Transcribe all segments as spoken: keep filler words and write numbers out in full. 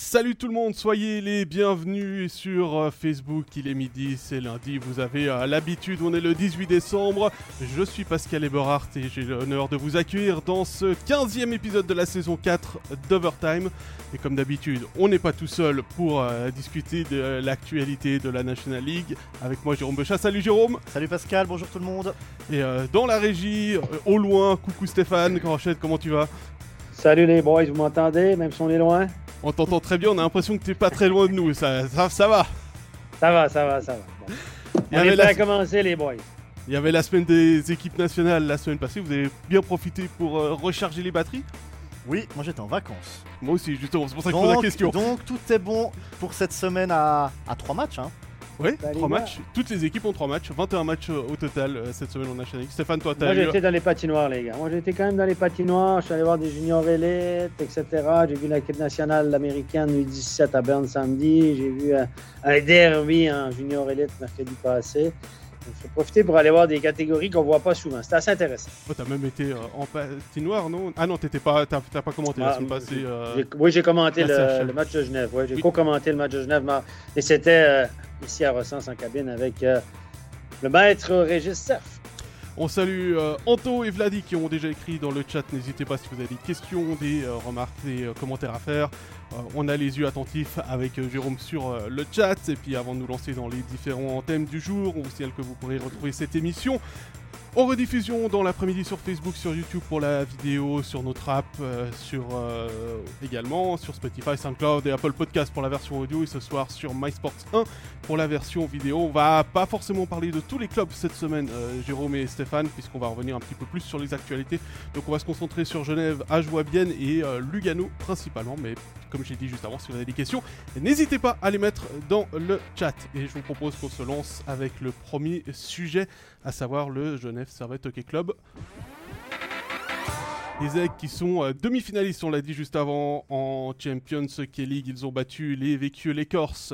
Salut tout le monde, soyez les bienvenus sur euh, Facebook, il est midi, c'est lundi, vous avez euh, l'habitude, on est le dix-huit décembre, je suis Pascal Eberhardt et j'ai l'honneur de vous accueillir dans ce quinzième épisode de la saison quatre d'Overtime. Et comme d'habitude, on n'est pas tout seul pour euh, discuter de l'actualité de la National League. Avec moi Jérôme Bechat, salut Jérôme. Salut Pascal, bonjour tout le monde. Et euh, dans la régie, euh, au loin, coucou Stéphane Granchette, comment tu vas? Salut les boys, vous m'entendez, même si on est loin? On t'entend très bien, on a l'impression que t'es pas très loin de nous, ça, ça, ça va. Ça va, ça va, ça va. Bon. On est prêt la... à commencer les boys. Il y avait la semaine des équipes nationales la semaine passée, vous avez bien profité pour euh, recharger les batteries? Oui, moi j'étais en vacances. Moi aussi, justement, c'est pour ça que donc, je pose la question. Donc tout est bon pour cette semaine à, à trois matchs. Hein. Oui, trois matchs. Toutes les équipes ont trois matchs, vingt et un matchs au total euh, cette semaine en National League. Stéphane, toi, t'as Moi, eu... j'étais dans les patinoires, les gars. Moi, j'étais quand même dans les patinoires. Je suis allé voir des juniors élites, et cetera. J'ai vu l'équipe nationale américaine U dix-sept à Berne samedi. J'ai vu un, un derby en junior élite mercredi passé. Il faut profiter pour aller voir des catégories qu'on ne voit pas souvent. C'était assez intéressant. Oh, t'as même été euh, en patinoire, non? Ah non, t'étais pas, t'as, t'as pas commenté ah, la semaine passée. Euh... J'ai, oui, j'ai commenté le, le match de Genève. Ouais, j'ai oui. co-commenté le match de Genève. Et c'était euh, ici à Recense en cabine avec euh, le maître Régis Cerf. On salue euh, Anto et Vladi qui ont déjà écrit dans le chat. N'hésitez pas si vous avez des questions, des euh, remarques, des euh, commentaires à faire. Euh, on a les yeux attentifs avec euh, Jérôme sur euh, le chat. Et puis avant de nous lancer dans les différents thèmes du jour, on vous signale que vous pourrez retrouver cette émission en rediffusion dans l'après-midi sur Facebook, sur YouTube pour la vidéo, sur notre app, euh, sur euh, également sur Spotify, SoundCloud et Apple Podcast pour la version audio, et ce soir sur MySports un pour la version vidéo. On va pas forcément parler de tous les clubs cette semaine, euh, Jérôme et Stéphane, puisqu'on va revenir un petit peu plus sur les actualités. Donc on va se concentrer sur Genève, Ajoie-Bienne et euh, Lugano principalement, mais comme j'ai dit juste avant, si vous avez des questions, n'hésitez pas à les mettre dans le chat. Et je vous propose qu'on se lance avec le premier sujet, à savoir le Genève Servette Hockey Club. Les Aigles qui sont euh, demi-finalistes, on l'a dit juste avant, en Champions Hockey League. Ils ont battu les Vékieux, les Corses,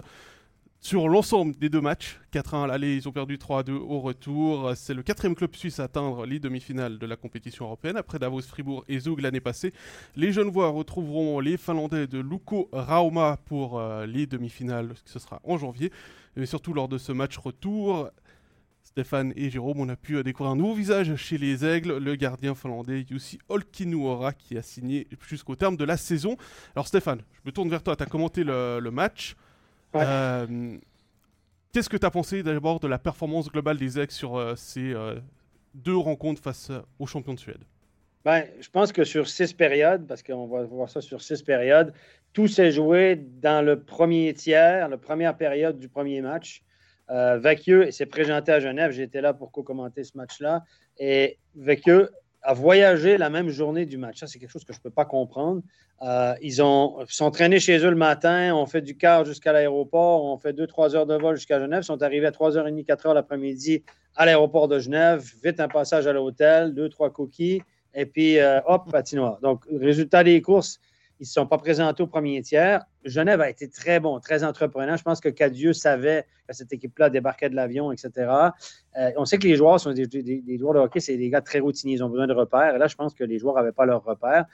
sur l'ensemble des deux matchs. quatre à un à l'aller, ils ont perdu trois à deux au retour. C'est le quatrième club suisse à atteindre les demi-finales de la compétition européenne, après Davos, Fribourg et Zug l'année passée. Les Genevois retrouveront les Finlandais de Lukko Rauma pour euh, les demi-finales, ce sera en janvier. Et surtout lors de ce match retour, Stéphane et Jérôme, on a pu découvrir un nouveau visage chez les Aigles, le gardien finlandais Jussi Olkinuora, qui a signé jusqu'au terme de la saison. Alors Stéphane, je me tourne vers toi, tu as commenté le, le match. Ouais. Euh, qu'est-ce que tu as pensé d'abord de la performance globale des Aigles sur euh, ces euh, deux rencontres face aux champions de Suède? Ben, je pense que sur six périodes, parce qu'on va voir ça sur six périodes, tout s'est joué dans le premier tiers, la première période du premier match. Euh, Vékieux s'est présenté à Genève, j'étais là pour co-commenter ce match-là, et Vékieux a voyagé la même journée du match. Ça, c'est quelque chose que je ne peux pas comprendre. Euh, ils ont sont traînés chez eux le matin, ont fait du car jusqu'à l'aéroport, ont fait deux trois heures de vol jusqu'à Genève, sont arrivés à trois heures trente, quatre heures l'après-midi à l'aéroport de Genève, vite un passage à l'hôtel, deux, trois cookies, et puis euh, hop, patinoire. Donc, résultat des courses, ils ne se sont pas présentés au premier tiers. Genève a été très bon, très entreprenant. Je pense que Cadieux savait que cette équipe-là débarquait de l'avion, et cetera. Euh, on sait que les joueurs sont des, des, des joueurs de hockey, c'est des gars très routiniers, ils ont besoin de repères. Et là, je pense que les joueurs n'avaient pas leurs repères.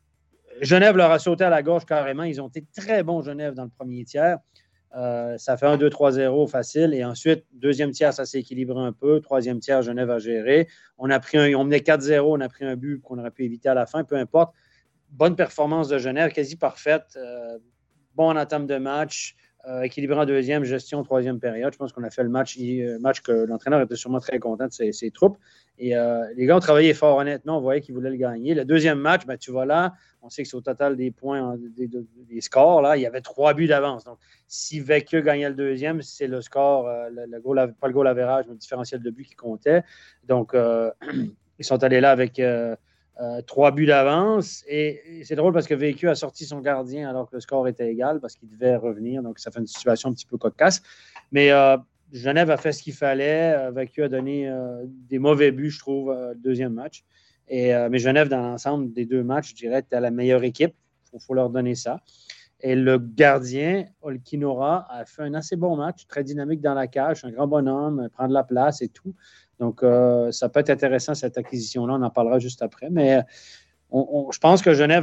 Genève leur a sauté à la gorge carrément. Ils ont été très bons, Genève, dans le premier tiers. Euh, ça fait un deux trois zéro facile. Et ensuite, deuxième tiers, ça s'est équilibré un peu. Troisième tiers, Genève a géré. On a pris un, on menait quatre zéro, on a pris un but qu'on aurait pu éviter à la fin, peu importe. Bonne performance de Genève, quasi parfaite. Euh, bon en entame de match, euh, équilibré en deuxième, gestion troisième période. Je pense qu'on a fait le match, euh, match que l'entraîneur était sûrement très content de ses, ses troupes. Et euh, les gars ont travaillé fort, honnêtement. On voyait qu'ils voulaient le gagner. Le deuxième match, ben, tu vois là, on sait que c'est au total des points, des, des, des scores. Là, il y avait trois buts d'avance. Donc, si Vékieux gagnait le deuxième, c'est le score, euh, le, le goal, pas le goal average, mais le différentiel de but qui comptait. Donc, euh, ils sont allés là avec... Euh, Euh, trois buts d'avance. Et, et c'est drôle parce que Vékieux a sorti son gardien alors que le score était égal parce qu'il devait revenir. Donc, ça fait une situation un petit peu cocasse. Mais euh, Genève a fait ce qu'il fallait. Euh, Vékieux a donné euh, des mauvais buts, je trouve, euh, le deuxième match. Et, euh, mais Genève, dans l'ensemble des deux matchs, je dirais, était la meilleure équipe. Il faut, faut leur donner ça. Et le gardien, Olkinuora, a fait un assez bon match, très dynamique dans la cage, un grand bonhomme, prend de la place et tout. Donc, euh, ça peut être intéressant, cette acquisition-là. On en parlera juste après. Mais on, on, je pense que Genève a,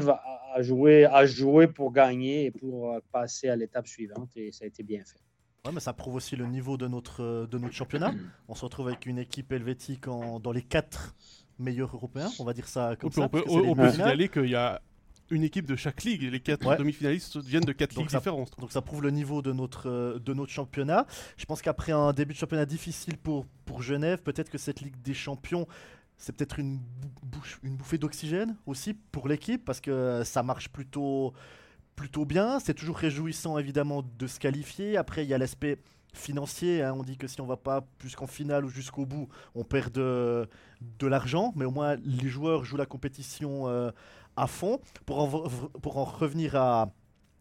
à jouer, à jouer pour gagner et pour euh, passer à l'étape suivante. Et ça a été bien fait. Ouais, mais ça prouve aussi le niveau de notre, de notre championnat. On se retrouve avec une équipe helvétique en, dans les quatre meilleurs européens, on va dire ça comme on peut, ça. on peut, parce que c'est on les peut demi-finales. signaler qu'il y a une équipe de chaque ligue. Les quatre Ouais. demi-finalistes viennent de quatre Donc ligues ça- différentes. Donc ça prouve le niveau de notre, euh, de notre championnat. Je pense qu'après un début de championnat difficile pour, pour Genève, peut-être que cette Ligue des Champions, c'est peut-être une, bou- bouche- une bouffée d'oxygène aussi pour l'équipe, parce que ça marche plutôt, plutôt bien. C'est toujours réjouissant évidemment de se qualifier. Après, il y a l'aspect financier, hein. On dit que si on va pas jusqu'en finale ou jusqu'au bout, on perd de, de l'argent, mais au moins les joueurs jouent la compétition euh, à fond. Pour en, pour en revenir à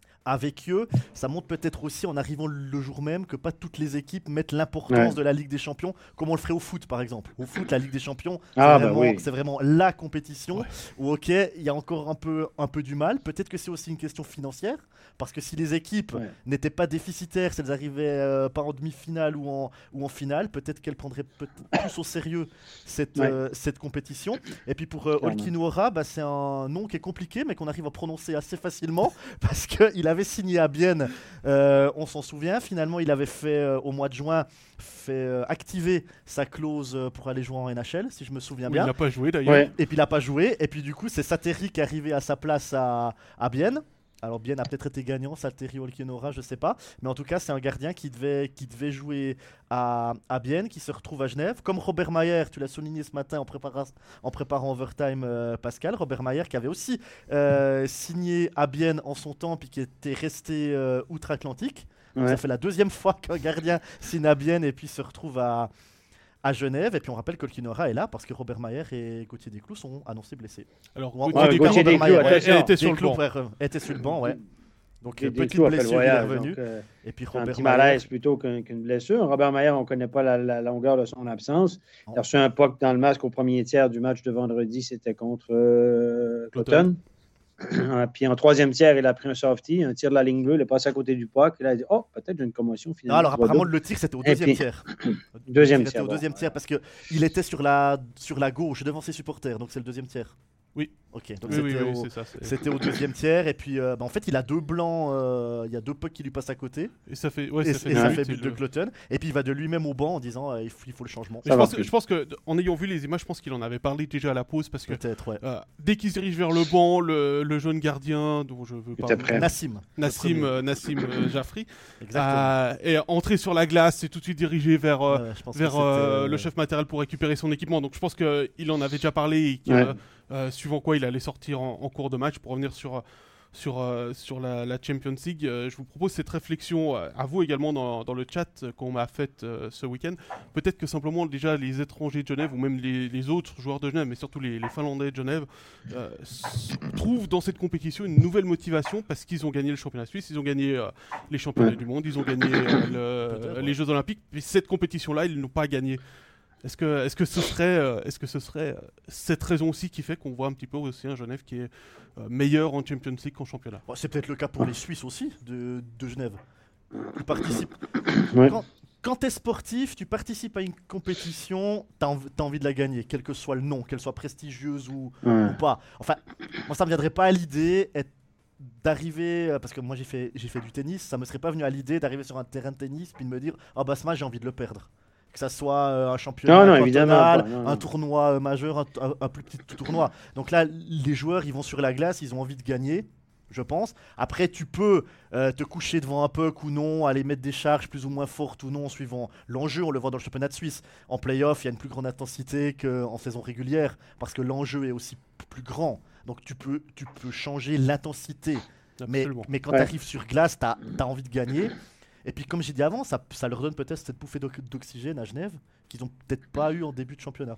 avec eux, ça montre peut-être aussi en arrivant le jour même que pas toutes les équipes mettent l'importance Ouais. de la Ligue des Champions comme on le ferait au foot par exemple. Au foot, la Ligue des Champions, c'est Ah, bah vraiment, oui. c'est vraiment la compétition Ouais. où ok, il y a encore un peu, un peu du mal. Peut-être que c'est aussi une question financière parce que si les équipes Ouais. n'étaient pas déficitaires, si elles arrivaient euh, pas en demi-finale ou en, ou en finale, peut-être qu'elles prendraient peut-être plus au sérieux cette, Ouais. euh, cette compétition. Et puis pour euh, Clairement. Olkinuora, bah, c'est un nom qui est compliqué mais qu'on arrive à prononcer assez facilement parce qu'il avait signé à Bienne, euh, on s'en souvient. Finalement, il avait fait euh, au mois de juin fait euh, activer sa clause euh, pour aller jouer en N H L, si je me souviens Où bien. il n'a pas joué d'ailleurs. Ouais. Et puis il n'a pas joué. Et puis du coup, c'est Sateri qui est arrivé à sa place à, à Bienne. Alors Bienne a peut-être été gagnant, Sateri Olkinuora, je sais pas. Mais en tout cas, c'est un gardien qui devait, qui devait jouer à, à Bienne, qui se retrouve à Genève. Comme Robert Mayer, tu l'as souligné ce matin en, prépara- en préparant Overtime, euh, Pascal. Robert Mayer qui avait aussi euh, signé à Bienne en son temps, puis qui était resté euh, outre-Atlantique. Donc, Ouais. Ça fait la deuxième fois qu'un gardien signe à Bienne et puis se retrouve à, à Genève. Et puis on rappelle que Olkinuora est là parce que Robert Mayer et Gauthier Desclous sont annoncés blessés. Alors, Ouais, Gauthier Gauthier Desclous, Desclous, ouais, attention. elle était sur le Desclous, banc. frère, était sur le banc, ouais. Donc Et euh, petite Desclous a fait le blessure, il est voyage. revenu. donc, euh, Et puis un Robert petit Mayer, malaise plutôt qu'un- qu'une blessure. Robert Mayer, on ne connaît pas la, la longueur de son absence. Non. Il a reçu un puck dans le masque au premier tiers du match de vendredi. C'était contre euh, Cloton. Cloton. Puis en troisième tiers, il a pris un softie, un tir de la ligne bleue. Il est passé à côté du puck. Il a dit oh, peut-être j'ai une commotion Non, finalement. alors Je vois apparemment deux. le tir c'était au Et deuxième puis- tiers. Deuxième Il était tiers, au bon. deuxième tiers parce que il était sur la sur la gauche devant ses supporters, donc c'est le deuxième tiers. Oui. Ok, donc Oui, oui, c'était oui, au, c'est ça. c'est- c'était au deuxième tiers et puis euh, bah, en fait il a deux blancs, euh, il y a deux pucks qui lui passent à côté Et ça fait, ouais, et, ça fait et deux ça buts, fait c'est but de le- Cloton et puis il va de lui-même au banc en disant euh, il, faut, il faut le changement. Mais Ça je, va pense, plus. je pense que, d- en ayant vu les images, je pense qu'il en avait parlé déjà à la pause parce que Peut-être, ouais. euh, dès qu'il se dirige vers le banc, le, le jeune gardien, dont je veux pas. était prêt. Nassim. le Nassim, premier. euh, Nassim euh, Jaffry, Exactement. euh, est entré sur la glace et tout de suite dirigé vers, euh, Ouais, ouais, je pense que vers c'était, euh, euh, le chef matériel pour récupérer son équipement. Donc je pense qu'il en avait déjà parlé et que, Ouais. euh, euh, suivant quoi il allait sortir en, en cours de match pour revenir sur, sur, euh, sur la, la Champions League. Euh, je vous propose cette réflexion euh, à vous également dans, dans le chat euh, qu'on m'a faite euh, ce week-end. Peut-être que simplement déjà les étrangers de Genève ou même les, les autres joueurs de Genève, mais surtout les, les Finlandais de Genève, euh, s- trouvent dans cette compétition une nouvelle motivation parce qu'ils ont gagné le championnat suisse, ils ont gagné euh, les championnats Ouais. du monde, ils ont gagné euh, le- Peut-être, ouais. les Jeux Olympiques. Mais cette compétition-là, ils n'ont pas gagné. Est-ce que, est-ce que ce serait, euh, est-ce que ce serait euh, cette raison aussi qui fait qu'on voit un petit peu aussi un Genève qui est euh, meilleur en Champions League qu'en championnat? Bon, c'est peut-être le cas pour les Suisses aussi de, de Genève. Ils participent. Ouais. Quand, quand tu es sportif, tu participes à une compétition, tu as envie de la gagner, quel que soit le nom, qu'elle soit prestigieuse ou, Ouais. ou pas. Enfin, moi ça me viendrait pas à l'idée être- d'arriver, euh, parce que moi j'ai fait, j'ai fait du tennis, ça me serait pas venu à l'idée d'arriver sur un terrain de tennis puis de me dire ah bah ce match j'ai envie de le perdre. Que ça soit euh, un championnat, Non, non, évidemment cantonal, pas, non, un non. tournoi euh, majeur, un, un- un plus petit tournoi. Donc là, les joueurs ils vont sur la glace, ils ont envie de gagner. Je pense. Après, tu peux euh, te coucher devant un puck ou non, aller mettre des charges plus ou moins fortes ou non, suivant l'enjeu. On le voit dans le championnat de Suisse. En play-off, il y a une plus grande intensité qu'en saison régulière, parce que l'enjeu est aussi p- plus grand. Donc tu peux, tu peux changer l'intensité. Mais, Absolument. mais quand Ouais. tu arrives sur glace, tu as envie de gagner. Et puis, comme j'ai dit avant, ça, ça leur donne peut-être cette bouffée d'ox- d'oxygène à Genève qu'ils n'ont peut-être pas eu en début de championnat.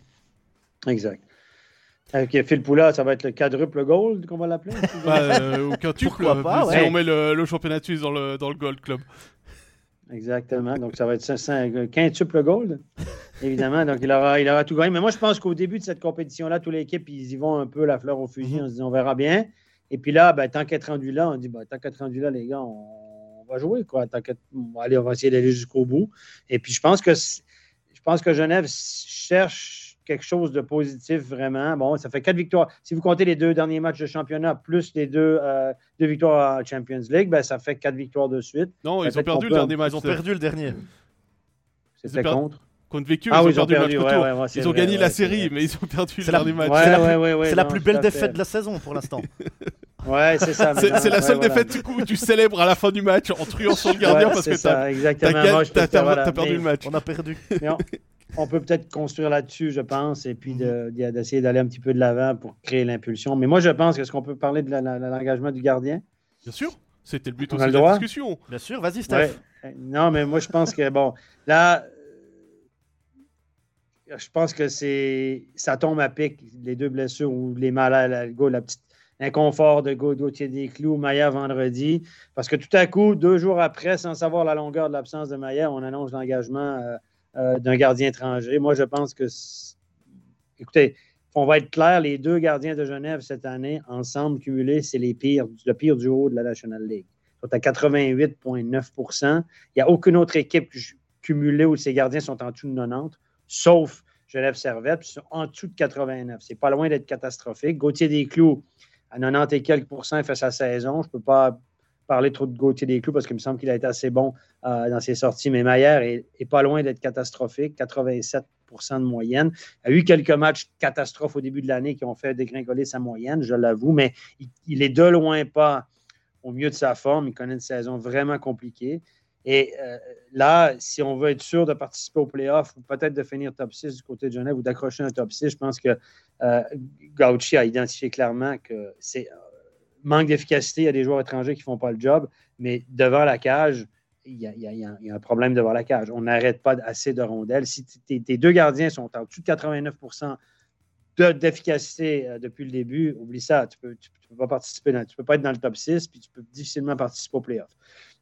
Exact. Avec Phil Poula, ça va être le quadruple gold qu'on va l'appeler. Pas euh, aucun tuple, Pourquoi pas, si ouais. on met le, le championnat de Suisse dans le, dans le Gold Club. Exactement. Donc, ça va être cinq- cinq- quintuple gold, évidemment. Donc, il aura, il aura tout gagné. Mais moi, je pense qu'au début de cette compétition-là, toutes les équipes, ils y vont un peu la fleur au fusil. Mhm. On se dit, on verra bien. Et puis là, ben, tant qu'être rendu là, on dit, ben, tant qu'être rendu là, les gars, on, on va jouer. Quoi. Tant qu'être- bon, allez, on va essayer d'aller jusqu'au bout. Et puis, je pense que, c- je pense que Genève cherche quelque chose de positif vraiment. Bon, ça fait quatre victoires. Si vous comptez les deux derniers matchs de championnat plus les deux, euh, deux victoires en Champions League, ben, ça fait quatre victoires de suite. Non, Peut-être ils ont perdu qu'on le peut- dernier match. Ils ont perdu le dernier. C'était per- contre. Contre Vécu, Ah ils, oui, ont perdu le match ouais, retour. ouais, ouais, c'est Ils ont vrai, gagné ouais, la c'est série, vrai. mais ils ont perdu le C'est la- dernier match. Ouais, c'est la, ouais, ouais, ouais, c'est la non, plus tout belle à fait. défaite de la saison pour l'instant. Ouais, c'est ça. C'est mais c'est non, la seule ouais, voilà. défaite où tu célèbres à la fin du match en truant sur le gardien Ouais, parce c'est que ça, t'as exactement. t'as- Moi, je t'as- peux- t'as- voilà, t'as perdu mais- le match. On a perdu. Mais on, on peut peut-être construire là-dessus, je pense, et puis de- d'y- d'essayer d'aller un petit peu de l'avant pour créer l'impulsion. Mais moi, je pense que est-ce qu'on peut parler de la- la- l'engagement du gardien? Bien sûr, c'était le but On aussi a de le la droit? discussion. Bien sûr, vas-y, Steph. Ouais. Non, mais moi, je pense que, bon, là, euh, je pense que c'est ça tombe à pic, les deux blessures ou les malades, la, la, la petite inconfort de Gauthier Desclous, Maillard vendredi, parce que tout à coup, deux jours après, sans savoir la longueur de l'absence de Maillard, on annonce l'engagement euh, euh, d'un gardien étranger. Moi, je pense que, écoutez, on va être clair, les deux gardiens de Genève cette année, ensemble, cumulés, c'est les pires, le pire du haut de la National League. Ils sont à quatre-vingt-huit virgule neuf pour cent. Il n'y a aucune autre équipe cumulée où ces gardiens sont en dessous de quatre-vingt-dix, sauf Genève Servette, puis ils sont en dessous de quatre-vingt-neuf. C'est pas loin d'être catastrophique. Gauthier Desclous, à quatre-vingt-dix et quelques pourcents, il fait sa saison. Je ne peux pas parler trop de Gauthier Desclous parce qu'il me semble qu'il a été assez bon euh, dans ses sorties, mais Maillard est, est pas loin d'être catastrophique, quatre-vingt-sept pour cent de moyenne. Il a eu quelques matchs catastrophes au début de l'année qui ont fait dégringoler sa moyenne, je l'avoue, mais il, il est de loin pas au mieux de sa forme. Il connaît une saison vraiment compliquée. Et euh, là, si on veut être sûr de participer au play-off ou peut-être de finir top six du côté de Genève ou d'accrocher un top six, je pense que euh, Gauchi a identifié clairement que c'est euh, manque d'efficacité. Il y a des joueurs étrangers qui ne font pas le job, mais devant la cage, il y a, il y a, il y a un problème devant la cage. On n'arrête pas assez de rondelles. Si tes, tes deux gardiens sont en dessous de quatre-vingt-neuf pour cent de, d'efficacité euh, depuis le début, oublie ça. Tu ne peux, tu, tu peux pas participer dans, tu peux pas être dans le top six, puis tu peux difficilement participer au play-off.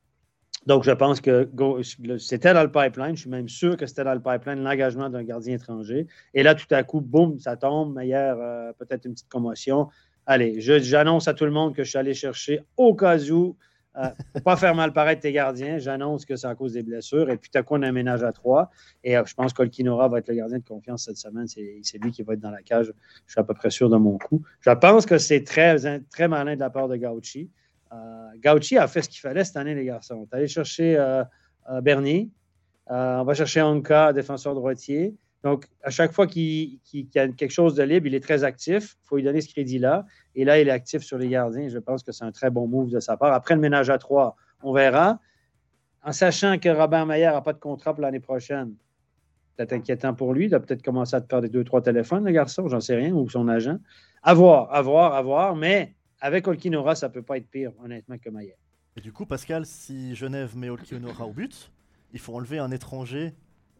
Donc, je pense que c'était dans le pipeline. Je suis même sûr que c'était dans le pipeline l'engagement d'un gardien étranger. Et là, tout à coup, boum, ça tombe. Meilleur, euh, peut-être une petite commotion. Allez, je, j'annonce à tout le monde que je suis allé chercher au cas où, euh, pour ne pas faire mal paraître tes gardiens, j'annonce que c'est à cause des blessures. Et puis, tout à coup, on a un ménage à trois. Et euh, je pense qu'Olkinora va être le gardien de confiance cette semaine. C'est, c'est lui qui va être dans la cage. Je suis à peu près sûr de mon coup. Je pense que c'est très, très malin de la part de Gauchi. Euh, Gauchi a fait ce qu'il fallait cette année, les garçons. On est allé chercher euh, euh, Bernier. Euh, on va chercher Anka, défenseur droitier. Donc, à chaque fois qu'il, qu'il, qu'il y a quelque chose de libre, il est très actif. Il faut lui donner ce crédit-là. Et là, il est actif sur les gardiens. Je pense que c'est un très bon move de sa part. Après le ménage à trois, on verra. En sachant que Robert Maillard n'a pas de contrat pour l'année prochaine, peut-être inquiétant pour lui. Il a peut-être commencé à te faire des deux, trois téléphones, le garçon, j'en sais rien, ou son agent. À voir, à voir, à voir. Mais avec Olkinora, ça ne peut pas être pire, honnêtement, que Maillard. Et du coup, Pascal, si Genève met Olkinora au but, il faut enlever un étranger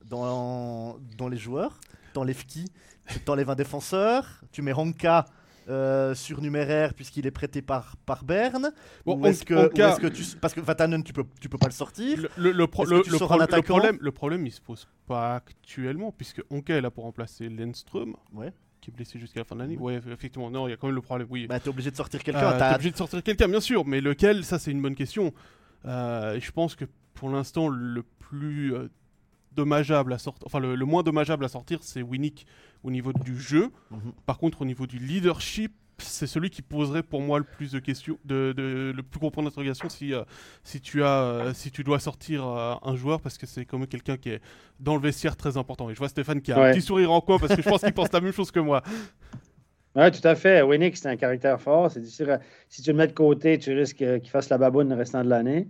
dans, dans les joueurs, dans les F K I, dans les vingt défenseurs. Tu mets Honka euh, surnuméraire puisqu'il est prêté par, par Berne. Bon, ou est-ce que, Honka, ou est-ce que tu, parce que Vatanen, tu peux, tu peux pas le sortir. Le, le, le, pro, Est-ce que le, tu le, sors pro, un le, attaquant problème, le problème, il se pose pas actuellement puisque Honka est là pour remplacer Lindström. Ouais. Qui est blessé jusqu'à la fin de l'année. Ouais, effectivement. Non, il y a quand même le problème. Oui. Bah, t'es obligé de sortir quelqu'un. Euh, t'es obligé de sortir quelqu'un, bien sûr. Mais lequel, ça, c'est une bonne question. Euh, et je pense que pour l'instant, le plus euh, dommageable à sortir, enfin le, le moins dommageable à sortir, c'est Winnick au niveau du jeu. Mm-hmm. Par contre, au niveau du leadership, c'est celui qui poserait pour moi le plus de questions, de, de, le plus gros point d'interrogation si, euh, si, tu as, euh, si tu dois sortir euh, un joueur, parce que c'est quand même quelqu'un qui est dans le vestiaire très important. Et je vois Stéphane qui a ouais. un petit sourire en coin parce que je pense qu'il pense la même chose que moi. Oui, tout à fait. Winnick, c'est un caractère fort. C'est difficile à... Si tu le mets de côté, tu risques qu'il fasse la baboune le restant de l'année.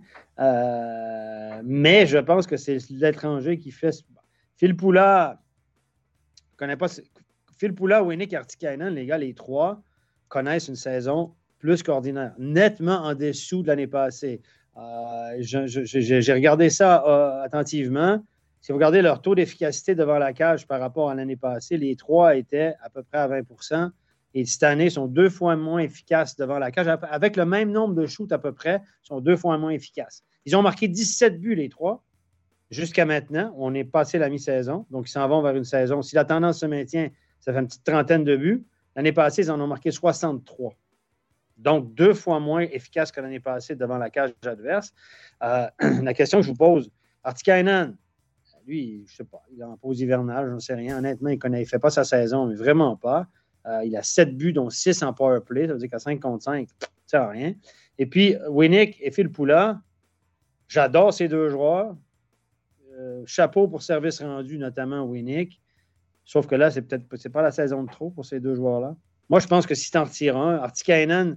Euh... Mais je pense que c'est l'étranger qui fait... Phil Poula, je connais pas... Phil Poula, Winnick et Artikainen, les gars, les trois connaissent une saison plus qu'ordinaire, nettement en dessous de l'année passée. Euh, je, je, je, j'ai regardé ça euh, attentivement. Si vous regardez leur taux d'efficacité devant la cage par rapport à l'année passée, les trois étaient à peu près à vingt pour cent. Et cette année, ils sont deux fois moins efficaces devant la cage. Avec le même nombre de shoots à peu près, ils sont deux fois moins efficaces. Ils ont marqué dix-sept buts, les trois, jusqu'à maintenant. On est passé la mi-saison, donc ils s'en vont vers une saison. Si la tendance se maintient, ça fait une petite trentaine de buts. L'année passée, ils en ont marqué soixante-trois. Donc, deux fois moins efficaces que l'année passée devant la cage adverse. Euh, la question que je vous pose, Artikainen, lui, je sais pas, il est en pause hivernale, je ne sais rien. Honnêtement, il ne fait pas sa saison, mais vraiment pas. Euh, il a sept buts, dont six en power play. Ça veut dire qu'à cinq contre cinq, ça ne sert à rien. Et puis, Winnick et Filppula, j'adore ces deux joueurs. Euh, chapeau pour service rendu, notamment Winnick. Sauf que là, c'est peut-être c'est pas la saison de trop pour ces deux joueurs-là. Moi, je pense que si tu en retires un, Artikainen,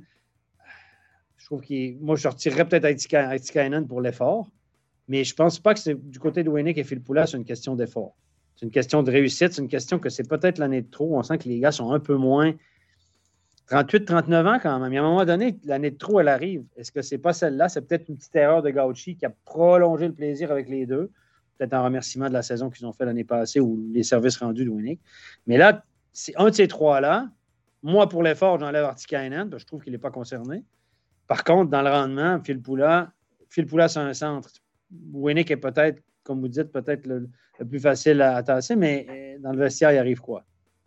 je trouve qu'il moi, je retirerais peut-être Artikainen pour l'effort. Mais je ne pense pas que c'est du côté de Winnick et Filppula, c'est une question d'effort. C'est une question de réussite. C'est une question que c'est peut-être l'année de trop. On sent que les gars sont un peu moins trente-huit trente-neuf ans quand même. Et à un moment donné, l'année de trop, elle arrive. Est-ce que c'est pas celle-là? C'est peut-être une petite erreur de Gauchi qui a prolongé le plaisir avec les deux. Peut-être un remerciement de la saison qu'ils ont fait l'année passée ou les services rendus de Winnick. Mais là, c'est un de ces trois-là. Moi, pour l'effort, j'enlève Artikainen, parce que je trouve qu'il n'est pas concerné. Par contre, dans le rendement, Filppula, Filppula, c'est un centre. Winnick est peut-être, comme vous dites, peut-être le, le plus facile à tasser, mais dans le vestiaire, il arrive quoi?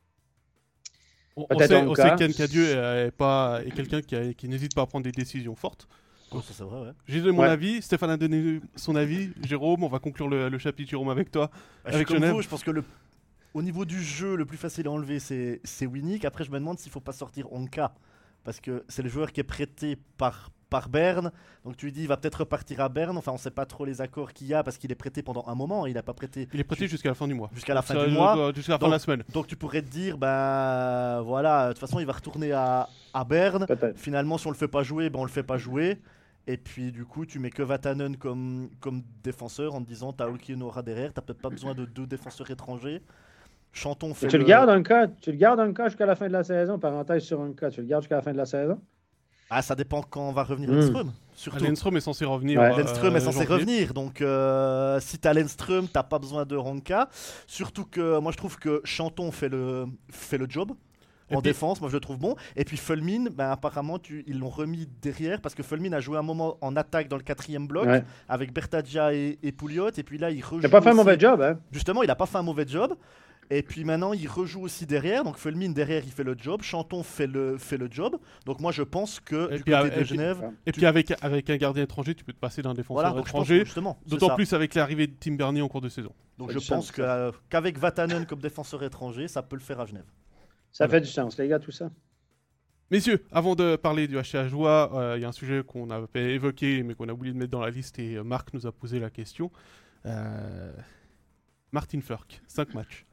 On, on sait, on sait que Ken Cadieux est, pas, est quelqu'un qui, a, qui n'hésite pas à prendre des décisions fortes. Oh, ça, c'est vrai, ouais. J'ai donné mon ouais. avis, Stéphane a donné son avis. Jérôme, on va conclure le, le chapitre, Jérôme, avec toi. Bah, avec je suis Genève. comme vous, je pense que le, au niveau du jeu, le plus facile à enlever, c'est, c'est Winnick. Après, je me demande s'il ne faut pas sortir Honka. Parce que c'est le joueur qui est prêté par, par Berne. Donc tu lui dis, il va peut-être repartir à Berne. Enfin, on ne sait pas trop les accords qu'il y a parce qu'il est prêté pendant un moment. Il n'a pas prêté. Il est prêté jusqu'à la fin du mois. Jusqu'à la fin Ça, du je, mois. Jusqu'à la fin donc, de la semaine. Donc tu pourrais te dire, ben voilà, de toute façon, il va retourner à, à Berne. Peut-être. Finalement, si on ne le fait pas jouer, ben on ne le fait pas jouer. Et puis du coup, tu mets que Vatanen comme, comme défenseur en te disant, tu as Olkinuora derrière. Tu n'as peut-être pas besoin de deux défenseurs étrangers. Chanton fait tu le... le gardes un cas, tu le gardes un cas jusqu'à la fin de la saison. Parenthèse sur un cas, tu le gardes jusqu'à la fin de la saison. Ah, ça dépend quand va revenir Mm. Lindström. Surtout. Ah, Lindström est censé revenir. Ouais. euh, Lindström est censé janvier. revenir, donc euh, si t'as Lindström, t'as pas besoin de Honka. Surtout que moi je trouve que Chanton fait le, fait le job Et en puis- défense, moi je le trouve bon. Et puis Fulmin, ben, apparemment tu, ils l'ont remis derrière parce que Fulmin a joué un moment en attaque dans le quatrième bloc Ouais. avec Bertaggia et, et Pouliot. Et puis là il rejoue. Il n'a pas fait un aussi- mauvais job, hein? Justement, il a pas fait un mauvais job. Et puis maintenant, il rejoue aussi derrière. Donc Fulmin derrière, il fait le job. Chanton fait le, fait le job. Donc moi je pense que Et du puis, côté et de puis- Genève. Et puis avec, avec un gardien étranger, tu peux te passer d'un défenseur Voilà, donc je pense étranger. que justement. c'est D'autant ça. plus avec l'arrivée de Tim Bernier en cours de saison. Donc Ça je fait du pense sens, que, euh, qu'avec Vatanen comme défenseur étranger, ça peut le faire à Genève. Ça fait du sens, les gars, tout ça. Messieurs, avant de parler du H C Ajoie, il euh, y a un sujet qu'on avait évoqué mais qu'on a oublié de mettre dans la liste et euh, Marc nous a posé la question. Euh... Martin Furk, cinq matchs.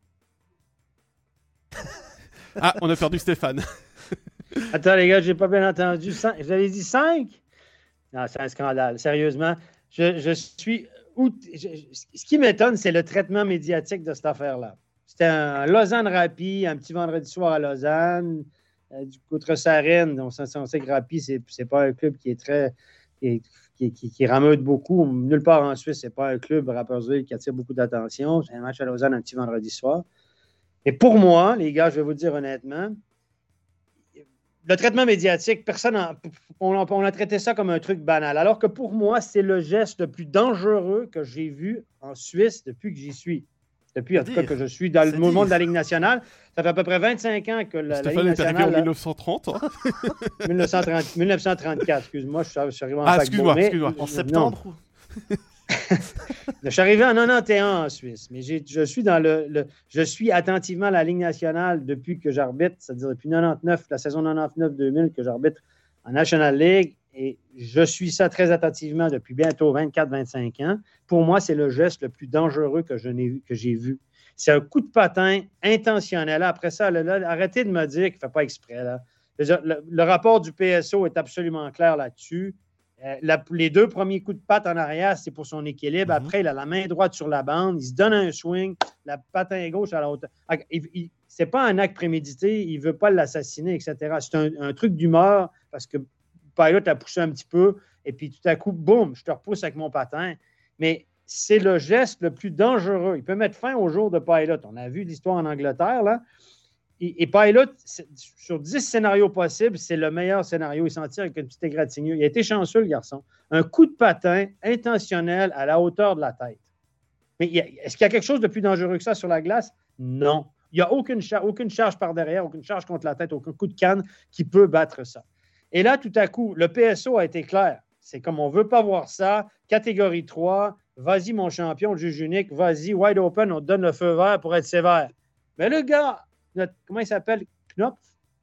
Ah, on a perdu Stéphane. Attends, les gars, j'ai pas bien entendu. Cinq... J'avais dit cinq? Non, c'est un scandale. Sérieusement, je, je suis. Où... je- Ce qui m'étonne, c'est le traitement médiatique de cette affaire-là. C'était un Lausanne-Rapi, un petit vendredi soir à Lausanne. Euh, du Coutresarène, on, sait- on sait que Rapi, c'est, c'est pas un club qui est très. qui, qui, qui, qui rameude beaucoup. Nulle part en Suisse, c'est pas un club Rapperswil qui attire beaucoup d'attention. C'est un match à Lausanne un petit vendredi soir. Et pour moi, les gars, je vais vous dire honnêtement, le traitement médiatique, personne en- on, a- on a traité ça comme un truc banal. Alors que pour moi, c'est le geste le plus dangereux que j'ai vu en Suisse depuis que j'y suis. Depuis, en tout cas, dire. que je suis dans le C'est monde dire. de la Ligue nationale. Ça fait à peu près vingt-cinq ans que la, la Stéphane Ligue est arrivé en nationale... dix-neuf cent trente. hein. mille neuf cent trente mille neuf cent trente-quatre, excuse-moi, je suis, je suis arrivé en Ah, paquebot, excuse-moi, mais- excuse-moi. En Non. septembre ou- Je suis arrivé en quatre-vingt-onze en Suisse, mais j'ai- je suis dans le, le- je suis attentivement à la Ligue nationale depuis que j'arbitre, c'est-à-dire depuis quatre-vingt-dix-neuf, la saison quatre-vingt-dix-neuf deux mille que j'arbitre en National League, et je suis ça très attentivement depuis bientôt vingt-quatre vingt-cinq ans. Pour moi, c'est le geste le plus dangereux que, je n'ai vu, que j'ai vu. C'est un coup de patin intentionnel. Après ça, là, là, arrêtez de me dire qu'il ne fait pas exprès. Là. Je veux dire, Le, le rapport du P S O est absolument clair là-dessus. Euh, la- les deux premiers coups de patte en arrière, c'est pour son équilibre. Mhm. Après, il a la main droite sur la bande. Il se donne un swing. La patin gauche à la hauteur. Ah, il- il- C'est pas un acte prémédité. Il ne veut pas l'assassiner, et cetera. C'est un, un truc d'humeur parce que Pilot a poussé un petit peu. Et puis tout à coup, boum, je te repousse avec mon patin. Mais c'est le geste le plus dangereux. Il peut mettre fin au jour de Pilot. On a vu l'histoire en Angleterre, là. Et, et Pilot, c'est- sur dix scénarios possibles, c'est le meilleur scénario. Il s'en tire avec une petite égratignure. Il a été chanceux, le garçon. Un coup de patin intentionnel à la hauteur de la tête. Mais il y a- est-ce qu'il y a quelque chose de plus dangereux que ça sur la glace? Non. Il n'y a aucune, char- aucune charge par derrière, aucune charge contre la tête, aucun coup de canne qui peut battre ça. Et là, tout à coup, le P S O a été clair. C'est comme on ne veut pas voir ça. Catégorie trois, vas-y, mon champion, le juge unique, vas-y, wide open, on te donne le feu vert pour être sévère. Mais le gars, notre, comment il s'appelle? Knopf?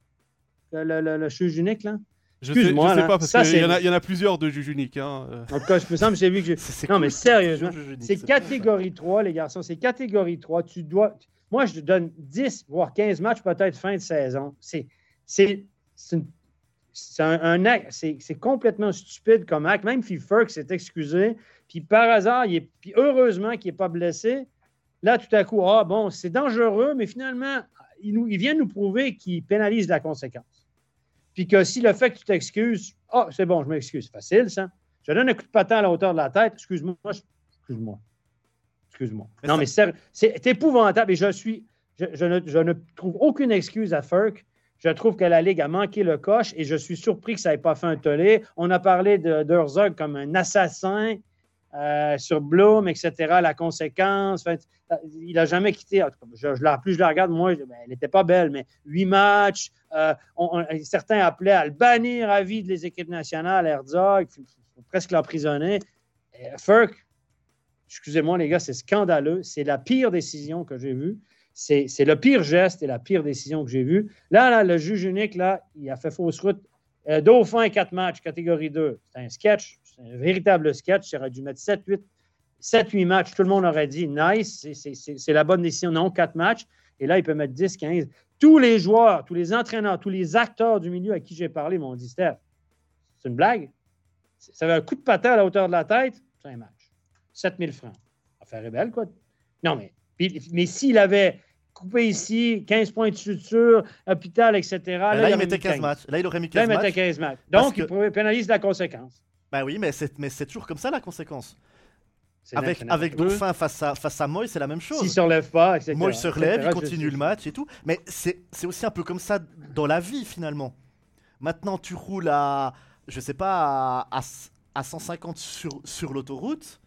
Le, le, le, le juge unique, là? Je sais, je sais là. pas, parce Ça, qu'il y, y en a plusieurs de juges uniques. Hein. En tout cas, je me semble que j'ai vu que j'ai... C'est non, cool, mais c'est sérieusement, unique, c'est catégorie trois, les garçons. C'est catégorie trois. Tu dois... Moi, je te donne dix, voire quinze matchs, peut-être fin de saison. C'est, c'est, c'est, une... c'est un, un acte. C'est, c'est complètement stupide comme acte. Même Ferk s'est excusé. Puis par hasard, il est... puis heureusement qu'il n'est pas blessé. Là, tout à coup, ah bon, c'est dangereux, mais finalement, il, nous... il vient nous prouver qu'il pénalise la conséquence. Puis que si le fait que tu t'excuses, ah, oh, c'est bon, je m'excuse, c'est facile, ça. Je donne un coup de patin à la hauteur de la tête, excuse-moi, excuse-moi, excuse-moi. Mais non, ça... mais c'est, c'est épouvantable et je suis, je, je, ne, je ne trouve aucune excuse à Ferk. Je trouve que la Ligue a manqué le coche et je suis surpris que ça n'ait pas fait un tollé. On a parlé de d'Herzog comme un assassin euh, sur Bloom, et cetera, la conséquence. Enfin, il n'a jamais quitté. En tout cas, je, je la, plus je la regarde, moi, ben, elle n'était pas belle, mais huit matchs. Euh, on, on, certains appelaient à le bannir à vie des équipes nationales, Herzog, il faut presque l'emprisonner. Ferk, excusez-moi les gars, c'est scandaleux. C'est la pire décision que j'ai vue. C'est, c'est le pire geste et la pire décision que j'ai vue. Là, là, le juge unique, là, il a fait fausse route. Euh, Dauphin, quatre matchs, catégorie deux. C'est un sketch, c'est un véritable sketch. Il aurait dû mettre sept huit matchs. Tout le monde aurait dit nice, c'est, c'est, c'est, c'est la bonne décision. Non, quatre matchs. Et là, il peut mettre dix, quinze. Tous les joueurs, tous les entraîneurs, tous les acteurs du milieu à qui j'ai parlé m'ont dit Steph, c'est une blague. Ça avait un coup de patin à la hauteur de la tête, c'est un match. sept mille francs. Affaire est belle, quoi. Non, mais, mais s'il avait coupé ici, quinze points de suture, hôpital, et cetera. Là, là il, il mettait quinze, quinze matchs. Là, il aurait mis quinze là, il matchs. mettait quinze matchs. Donc, que... il pénalise la conséquence. Ben oui, mais c'est, mais c'est toujours comme ça, la conséquence. C'est avec avec Dauphin face à, face à Moy, c'est la même chose. S'il ne se relève pas, et cetera. Moy se relève, il continue le match et tout. Mais c'est, c'est aussi un peu comme ça dans la vie, finalement. Maintenant, tu roules à, je sais pas, à, à, à cent cinquante sur, sur l'autoroute.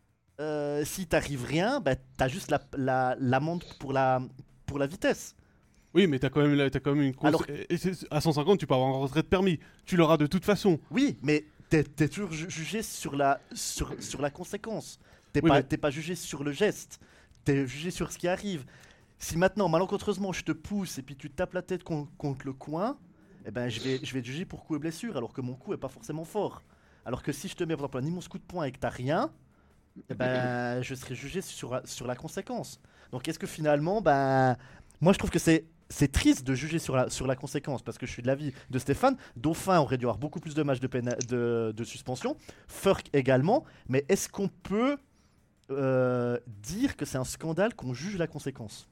Euh, si t'arrives rien, bah, t'as juste la, la, l'amende pour la, pour la vitesse. Oui, mais t'as quand même, t'as quand même une course. Alors, et à cent cinquante, tu peux avoir un retrait de permis. Tu l'auras de toute façon. Oui, mais t'es, t'es toujours jugé sur la, sur, sur la conséquence. T'es, oui, pas, mais... t'es pas jugé sur le geste. T'es jugé sur ce qui arrive. Si maintenant, malencontreusement, je te pousse et puis tu tapes la tête con, contre le coin, eh ben, je vais, je vais te juger pour coup et blessure, alors que mon coup est pas forcément fort. Alors que si je te mets par exemple un immense coup de poing et que t'as rien, eh ben, je serai jugé sur, sur la conséquence. Donc est-ce que finalement, ben, moi je trouve que c'est, c'est triste de juger sur la, sur la conséquence, parce que je suis de l'avis de Stéphane. Dauphin aurait dû avoir beaucoup plus de matchs de, péna- de, de suspension, Ferk également, mais est-ce qu'on peut euh, dire que c'est un scandale qu'on juge la conséquence?